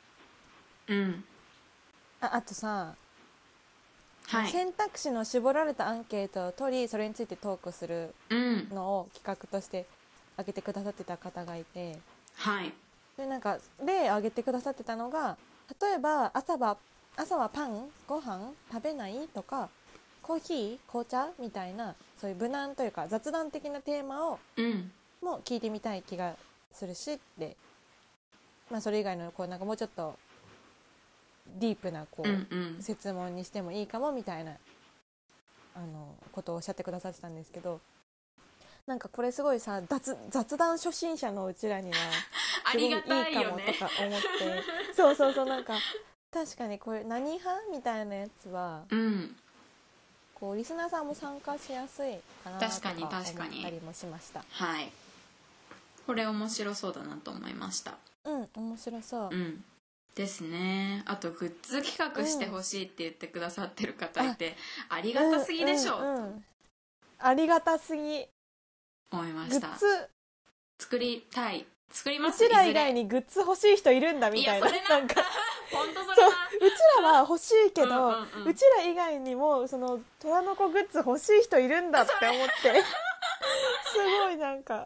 あとさ、選択肢の絞られたアンケートを取り、それについてトークするのを企画として挙げてくださってた方がいて、でなんか例挙げてくださってたのが、例えば朝はパンご飯食べないとか、コーヒー紅茶みたいな、そういう無難というか雑談的なテーマをも聞いてみたい気がするしって、それ以外のこうなんかもうちょっとディープなこう、設問にしてもいいかもみたいなことをおっしゃってくださってたんですけど、なんかこれすごいさ、雑談初心者のうちらにはすごいいいかもとか思ってそうなんか確かにこれ何派みたいなやつは、こうリスナーさんも参加しやすいかなとか思ったりもしました。 はい、これ面白そうだなと思いました。 面白そう、 ですね。あとグッズ企画してほしいって言ってくださってる方いて、ありがたすぎでしょ、 ありがたすぎ思いました。 グッズ作りたい、作ります。 うちら以外にグッズ欲しい人いるんだみたいな、なんか本当それな。 うちらは欲しいけど、うちら以外にもその虎の子グッズ欲しい人いるんだって思ってすごいなんか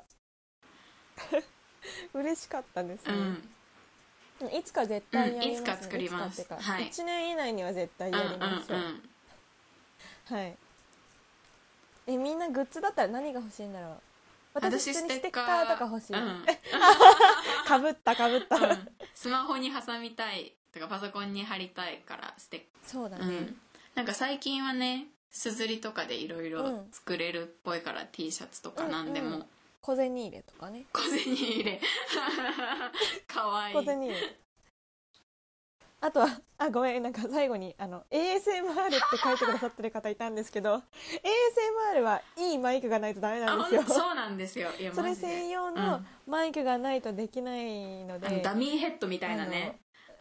嬉しかったですね、いつか絶対やります、 いつか作ります。 1年以内には絶対やりましょう。はい。みんなグッズだったら何が欲しいんだろう。私普通にステッカーとか欲しい。かぶった、 スマホに挟みたいとかパソコンに貼りたいからステッカー。 そうだね、 なんか最近はね、すずりとかでいろいろ作れるっぽいから、T シャツとかなんでも、 小銭入れとかね。 小銭入れかわいい。小銭入れ。 あとはごめん、なんか最後にASMR って書いてくださってる方いたんですけどASMR はいいマイクがないとダメなんですよ。 そうなんですよ。いやそれ専用のマイクがないとできないので、 ダミーヘッドみたいなね、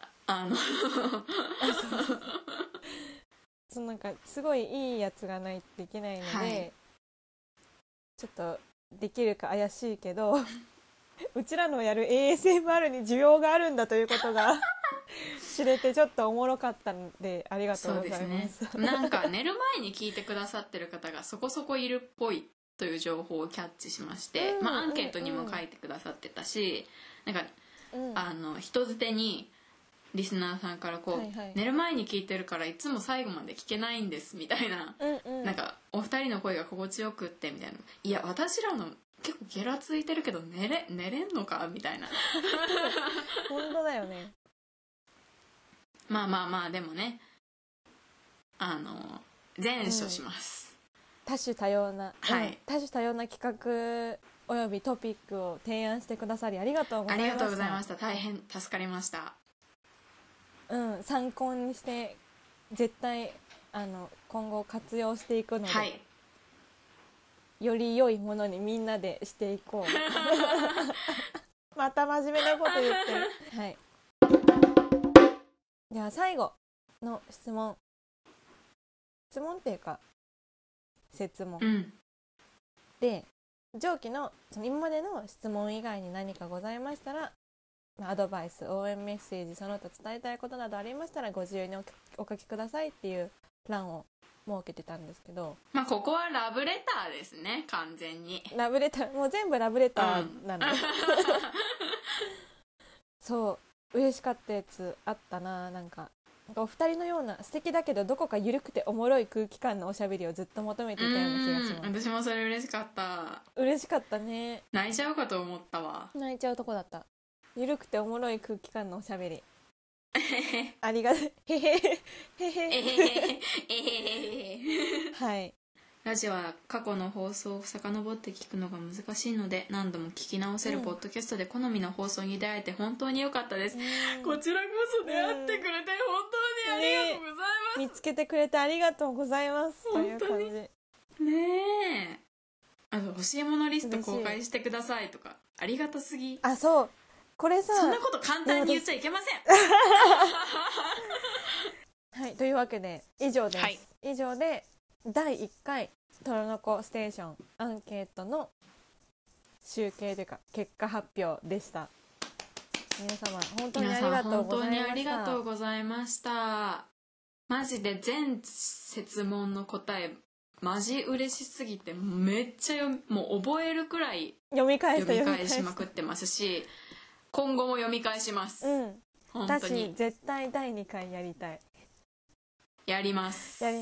そうなんかすごいいいやつがないとできないので、ちょっとできるか怪しいけどうちらのやる ASMR に需要があるんだということが知れてちょっとおもろかったのでありがとうございます。 そうですね、なんか寝る前に聞いてくださってる方がそこそこいるっぽいという情報をキャッチしまして、アンケートにも書いてくださってたし、なんか、人づてにリスナーさんからこう、寝る前に聞いてるからいつも最後まで聞けないんですみたいな、なんかお二人の声が心地よくってみたいな、いや私らの結構ゲラついてるけど寝れんのかみたいな本当だよね。 まあでもね、全処します、 多種多様な、多種多様な企画およびトピックを提案してくださりありがとうございました。 ありがとうございました。大変助かりました。 参考にして絶対今後活用していくので、より良いものにみんなでしていこうまた真面目なこと言ってるはい。では最後の質問っていうか設問、で上記のその今までの質問以外に何かございましたら、アドバイス、応援メッセージ、その他伝えたいことなどありましたらご自由にお書きくださいっていう欄を設けてたんですけど、 まあここはラブレターですね、完全に。 ラブレター、もう全部ラブレターなの、そう嬉しかったやつあったな。なんかお二人のような素敵だけどどこか緩くておもろい空気感のおしゃべりをずっと求めていたような気がします。 私もそれ嬉しかった。 嬉しかったね。 泣いちゃうかと思ったわ。 泣いちゃうとこだった。緩くておもろい空気感のおしゃべりありがとう。へへへへはい。 ラジオは過去の放送を遡って聞くのが難しいので何度も聞き直せるポッドキャストで好みの放送に出会えて本当に良かったです、こちらこそ出会ってくれて本当にありがとうございます、 見つけてくれてありがとうございますという感じねえ。欲しいものリスト公開してくださいとかありがたすぎ。 あ、そうこれさ、 そんなこと簡単に言っちゃいけませんはい、というわけで以上です、 はい、 以上で第1回トロノコステーションアンケートの集計というか結果発表でした。皆様本当にありがとうございました。 本当にありがとうございました。マジで全設問の答えマジ嬉しすぎてめっちゃもう覚えるくらい読み返しまくってますし今後も読み返します、本当に私絶対第2回やりたい。 やりますはい、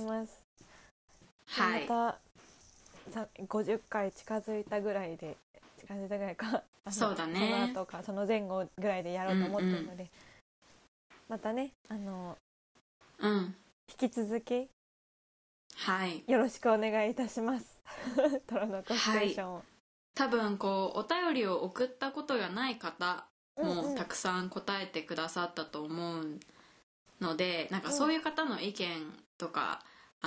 また50回近づいたぐらいかそうだね、 その後かその前後ぐらいでやろうと思ってるので、またね引き続きよろしくお願いいたしますトロノコステーション、 多分お便りを送ったことがない方もたくさん答えてくださったと思うので、なんかそういう方の意見とか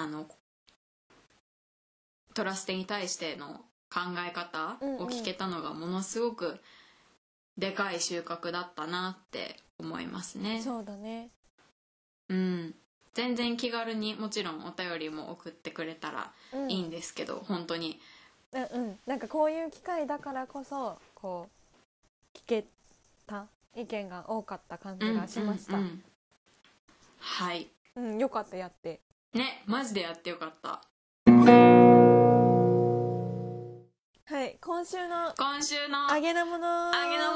トラステに対しての考え方を聞けたのがものすごくでかい収穫だったなって思いますね。 そうだね。 全然気軽にもちろんお便りも送ってくれたらいいんですけど、本当になんかこういう機会だからこそ聞けた意見が多かった感じがしました。 はい、 よかった、やってね、マジでやってよかった。 はい、今週のあげなもの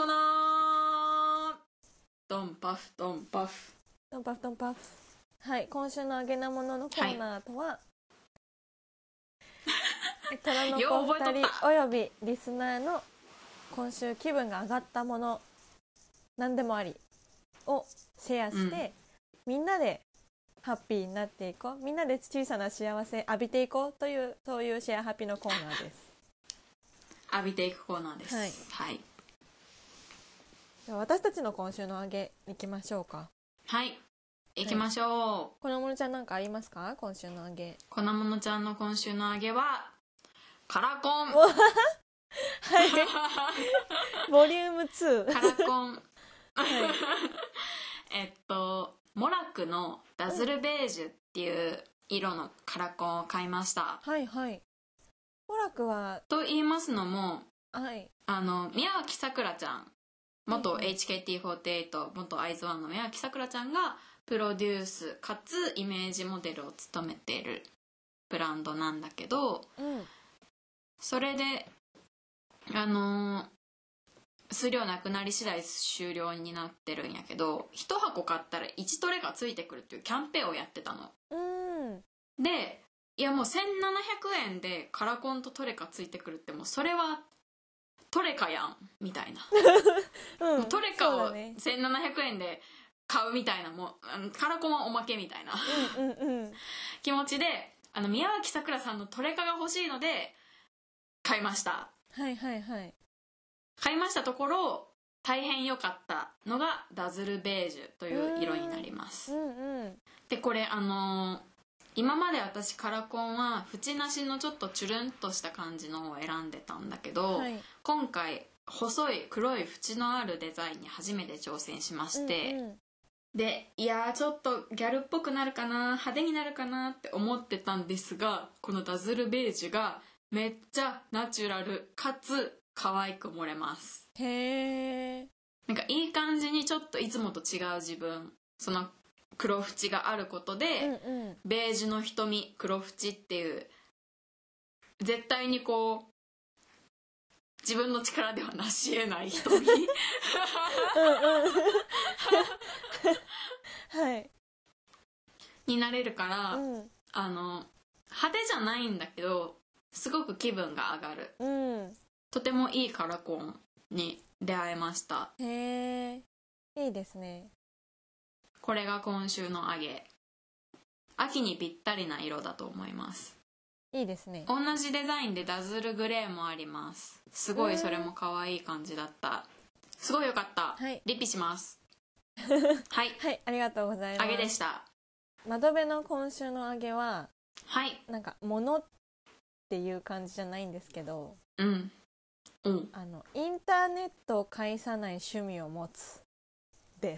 ドンパフドンパフドンパフドンパフ。はい、今週のあげなもののコーナーとは、トラノコ2人およびリスナーの今週気分が上がったもの何でもありをシェアして、みんなでハッピーになっていこう、みんなで小さな幸せ浴びていこうという、そういうシェアハピのコーナーです。 浴びていくコーナーです。 はい、では私たちの今週のあげいきましょうか。 はい、いきましょう。 粉ものちゃんなんかありますか、今週のあげ。 粉ものちゃんの今週のあげはカラコンはいボリューム2 カラコンモラクのダズルベージュっていう色のカラコンを買いました。 はいはい。モラクはと言いますのも、 はい、 宮脇さくらちゃん、元 HKT48 元アイズワンの宮脇さくらちゃんがプロデュースかつイメージモデルを務めているブランドなんだけど、それで数量なくなり次第終了になってるんやけど、1箱買ったら1トレがついてくるっていうキャンペーンをやってたの。で、いやもう1700円でカラコンとトレカついてくるって、もうそれはトレカやんみたいなもうトレカを1700円で買うみたいな、もうカラコンはおまけみたいな気持ちで、宮脇さくらさんのトレカが欲しいので買いました。 はいはいはい。 買いましたところ大変良かったのがダズルベージュという色になります。でこれ今まで私カラコンは縁なしのちょっとチュルンとした感じのを選んでたんだけど、今回細い黒い縁のあるデザインに初めて挑戦しまして、でいやちょっとギャルっぽくなるかな、派手になるかなって思ってたんですが、このダズルベージュがめっちゃナチュラルかつ可愛く盛れます。 へー。 なんかいい感じにちょっといつもと違う自分、その黒縁があることで、ベージュの瞳黒縁っていう絶対にこう自分の力では成し得ない瞳はいになれるから、派手じゃないんだけどすごく気分が上がる、とてもいいカラコンに出会えました。 へえ、いいですね。 これが今週の上げ。秋にぴったりな色だと思います。 いいですね。 同じデザインでダズルグレーもあります。すごいそれも可愛い感じだった。すごいよかった、はい、リピしますはい、 はい、ありがとうございます。 上げでした。 窓辺の今週の上げは、 はい、 なんか物っていう感じじゃないんですけど、インターネットを介さない趣味を持つです。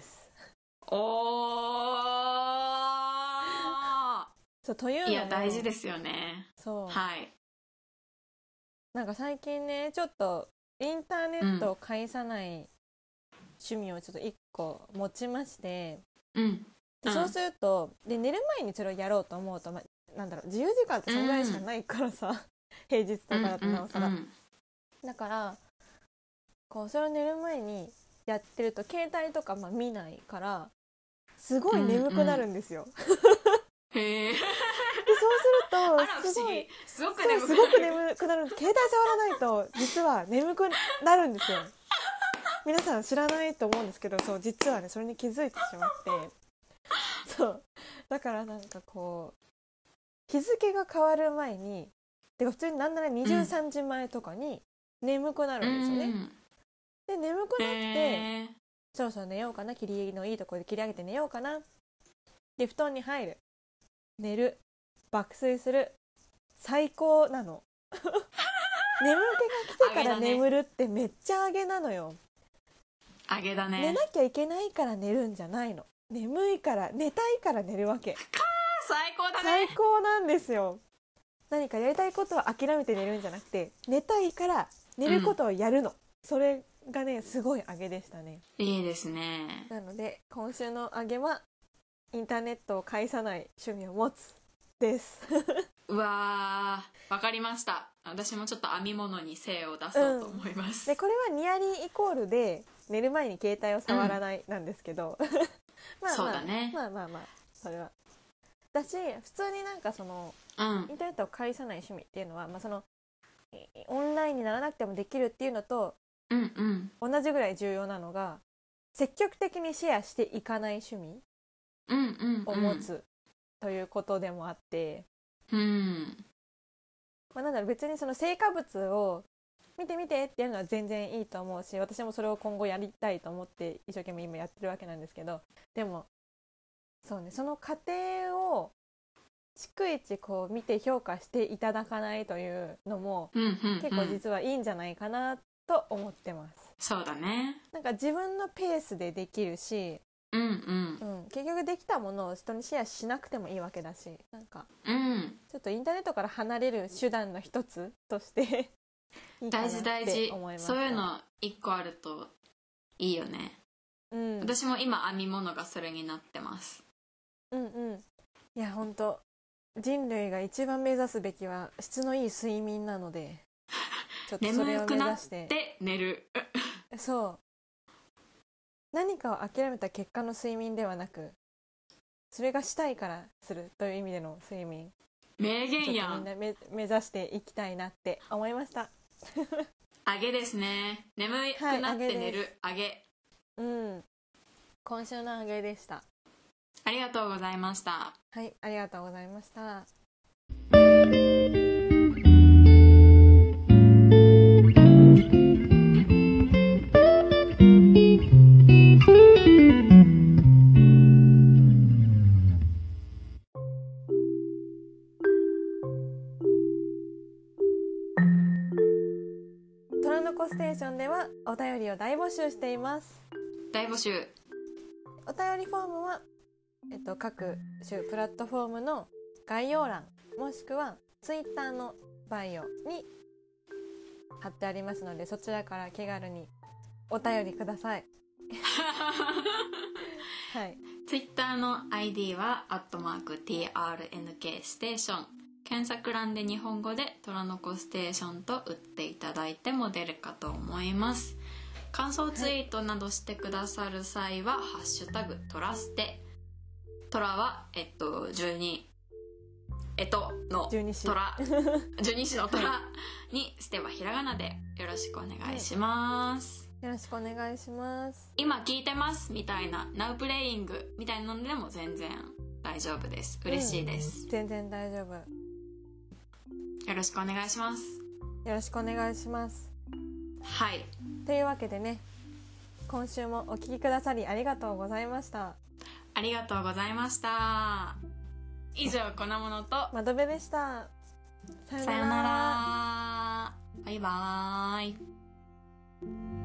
そうというのも、 いや大事ですよね。 そう、 はい、 なんか最近ねちょっとインターネットを介さない趣味をちょっと1個持ちまして、そうするとで寝る前にそれをやろうと思うと、なんだろう自由時間ってそのぐらいしかないからさ、平日とかだとなおさら、だからこうそれを寝る前にやってると携帯とか見ないからすごい眠くなるんですよ、 へえ。でそうするとすごく眠くなる。携帯触らないと実は眠くなるんですよ。皆さん知らないと思うんですけど、そう実はねそれに気づいてしまって、そうだからなんかこう日付が変わる前にてか普通になんなら23時前とかに眠くなるんですよね、で眠くなってそろそろ寝ようかな、霧のいいところで切り上げて寝ようかな、で布団に入る、寝る、爆睡する、最高なの眠気が来てから眠るってめっちゃ上げなのよ。 上げだね。 寝なきゃいけないから寝るんじゃないの、眠いから寝たいから寝るわけ。 最高だね。 最高なんですよ。何かやりたいことは諦めて寝るんじゃなくて寝たいから寝ることをやるの、それがねすごい上げでしたね。 いいですね。 なので今週の上げはインターネットを介さない趣味を持つですうわー、わかりました。私もちょっと編み物に精を出そうと思います、 でこれはニアリーイコールで寝る前に携帯を触らないなんですけど、 そうだね。 まあそれはだし、普通になんかその、インターネットを介さない趣味っていうのは、そのオンラインにならなくてもできるっていうのと、同じぐらい重要なのが積極的にシェアしていかない趣味を持つということでもあって、なんだろう、別にその成果物を見て見てってやるのは全然いいと思うし、私もそれを今後やりたいと思って一生懸命今やってるわけなんですけど、でもそうね、その過程を逐一こう見て評価していただかないというのも、結構実はいいんじゃないかなと思ってます。 そうだね。 なんか自分のペースでできるし、結局できたものを人にシェアしなくてもいいわけだし、なんか、ちょっとインターネットから離れる手段の一つとしていいかなって思います。 そういうの一個あるといいよね。私も今編み物がそれになってます。 いや本当人類が一番目指すべきは質のいい睡眠なので、ちょっとそれを目指して眠くなって寝るそう何かを諦めた結果の睡眠ではなく、それがしたいからするという意味での睡眠、 名言やん。 みんな目指していきたいなって思いましたあげですね。眠くなって寝る、あげ。 今週のあげでした。 ありがとうございました。 はい、ありがとうございました。虎の子ステーションではお便りを大募集しています。 大募集。 お便りフォームは各種プラットフォームの概要欄もしくはツイッターのバイオに貼ってありますので、そちらから気軽にお便りくださいはい、 Twitter の ID は@TRNK ステーション、検索欄で日本語で虎の子ステーションと打っていただいても出るかと思います。感想ツイートなどしてくださる際は、ハッシュタグトラステ、トラは12の十二支虎十二支の虎に、ステはひらがなでよろしくお願いします、 よろしくお願いします。 今聞いてますみたいな Now Playing みたいなのでも全然大丈夫です。嬉しいです、 全然大丈夫。 よろしくお願いします。 よろしくお願いします。 はい、 というわけでね、今週もお聞きくださりありがとうございました。 ありがとうございました。以上、粉物と窓辺でした。 さよなら。バイバーイ。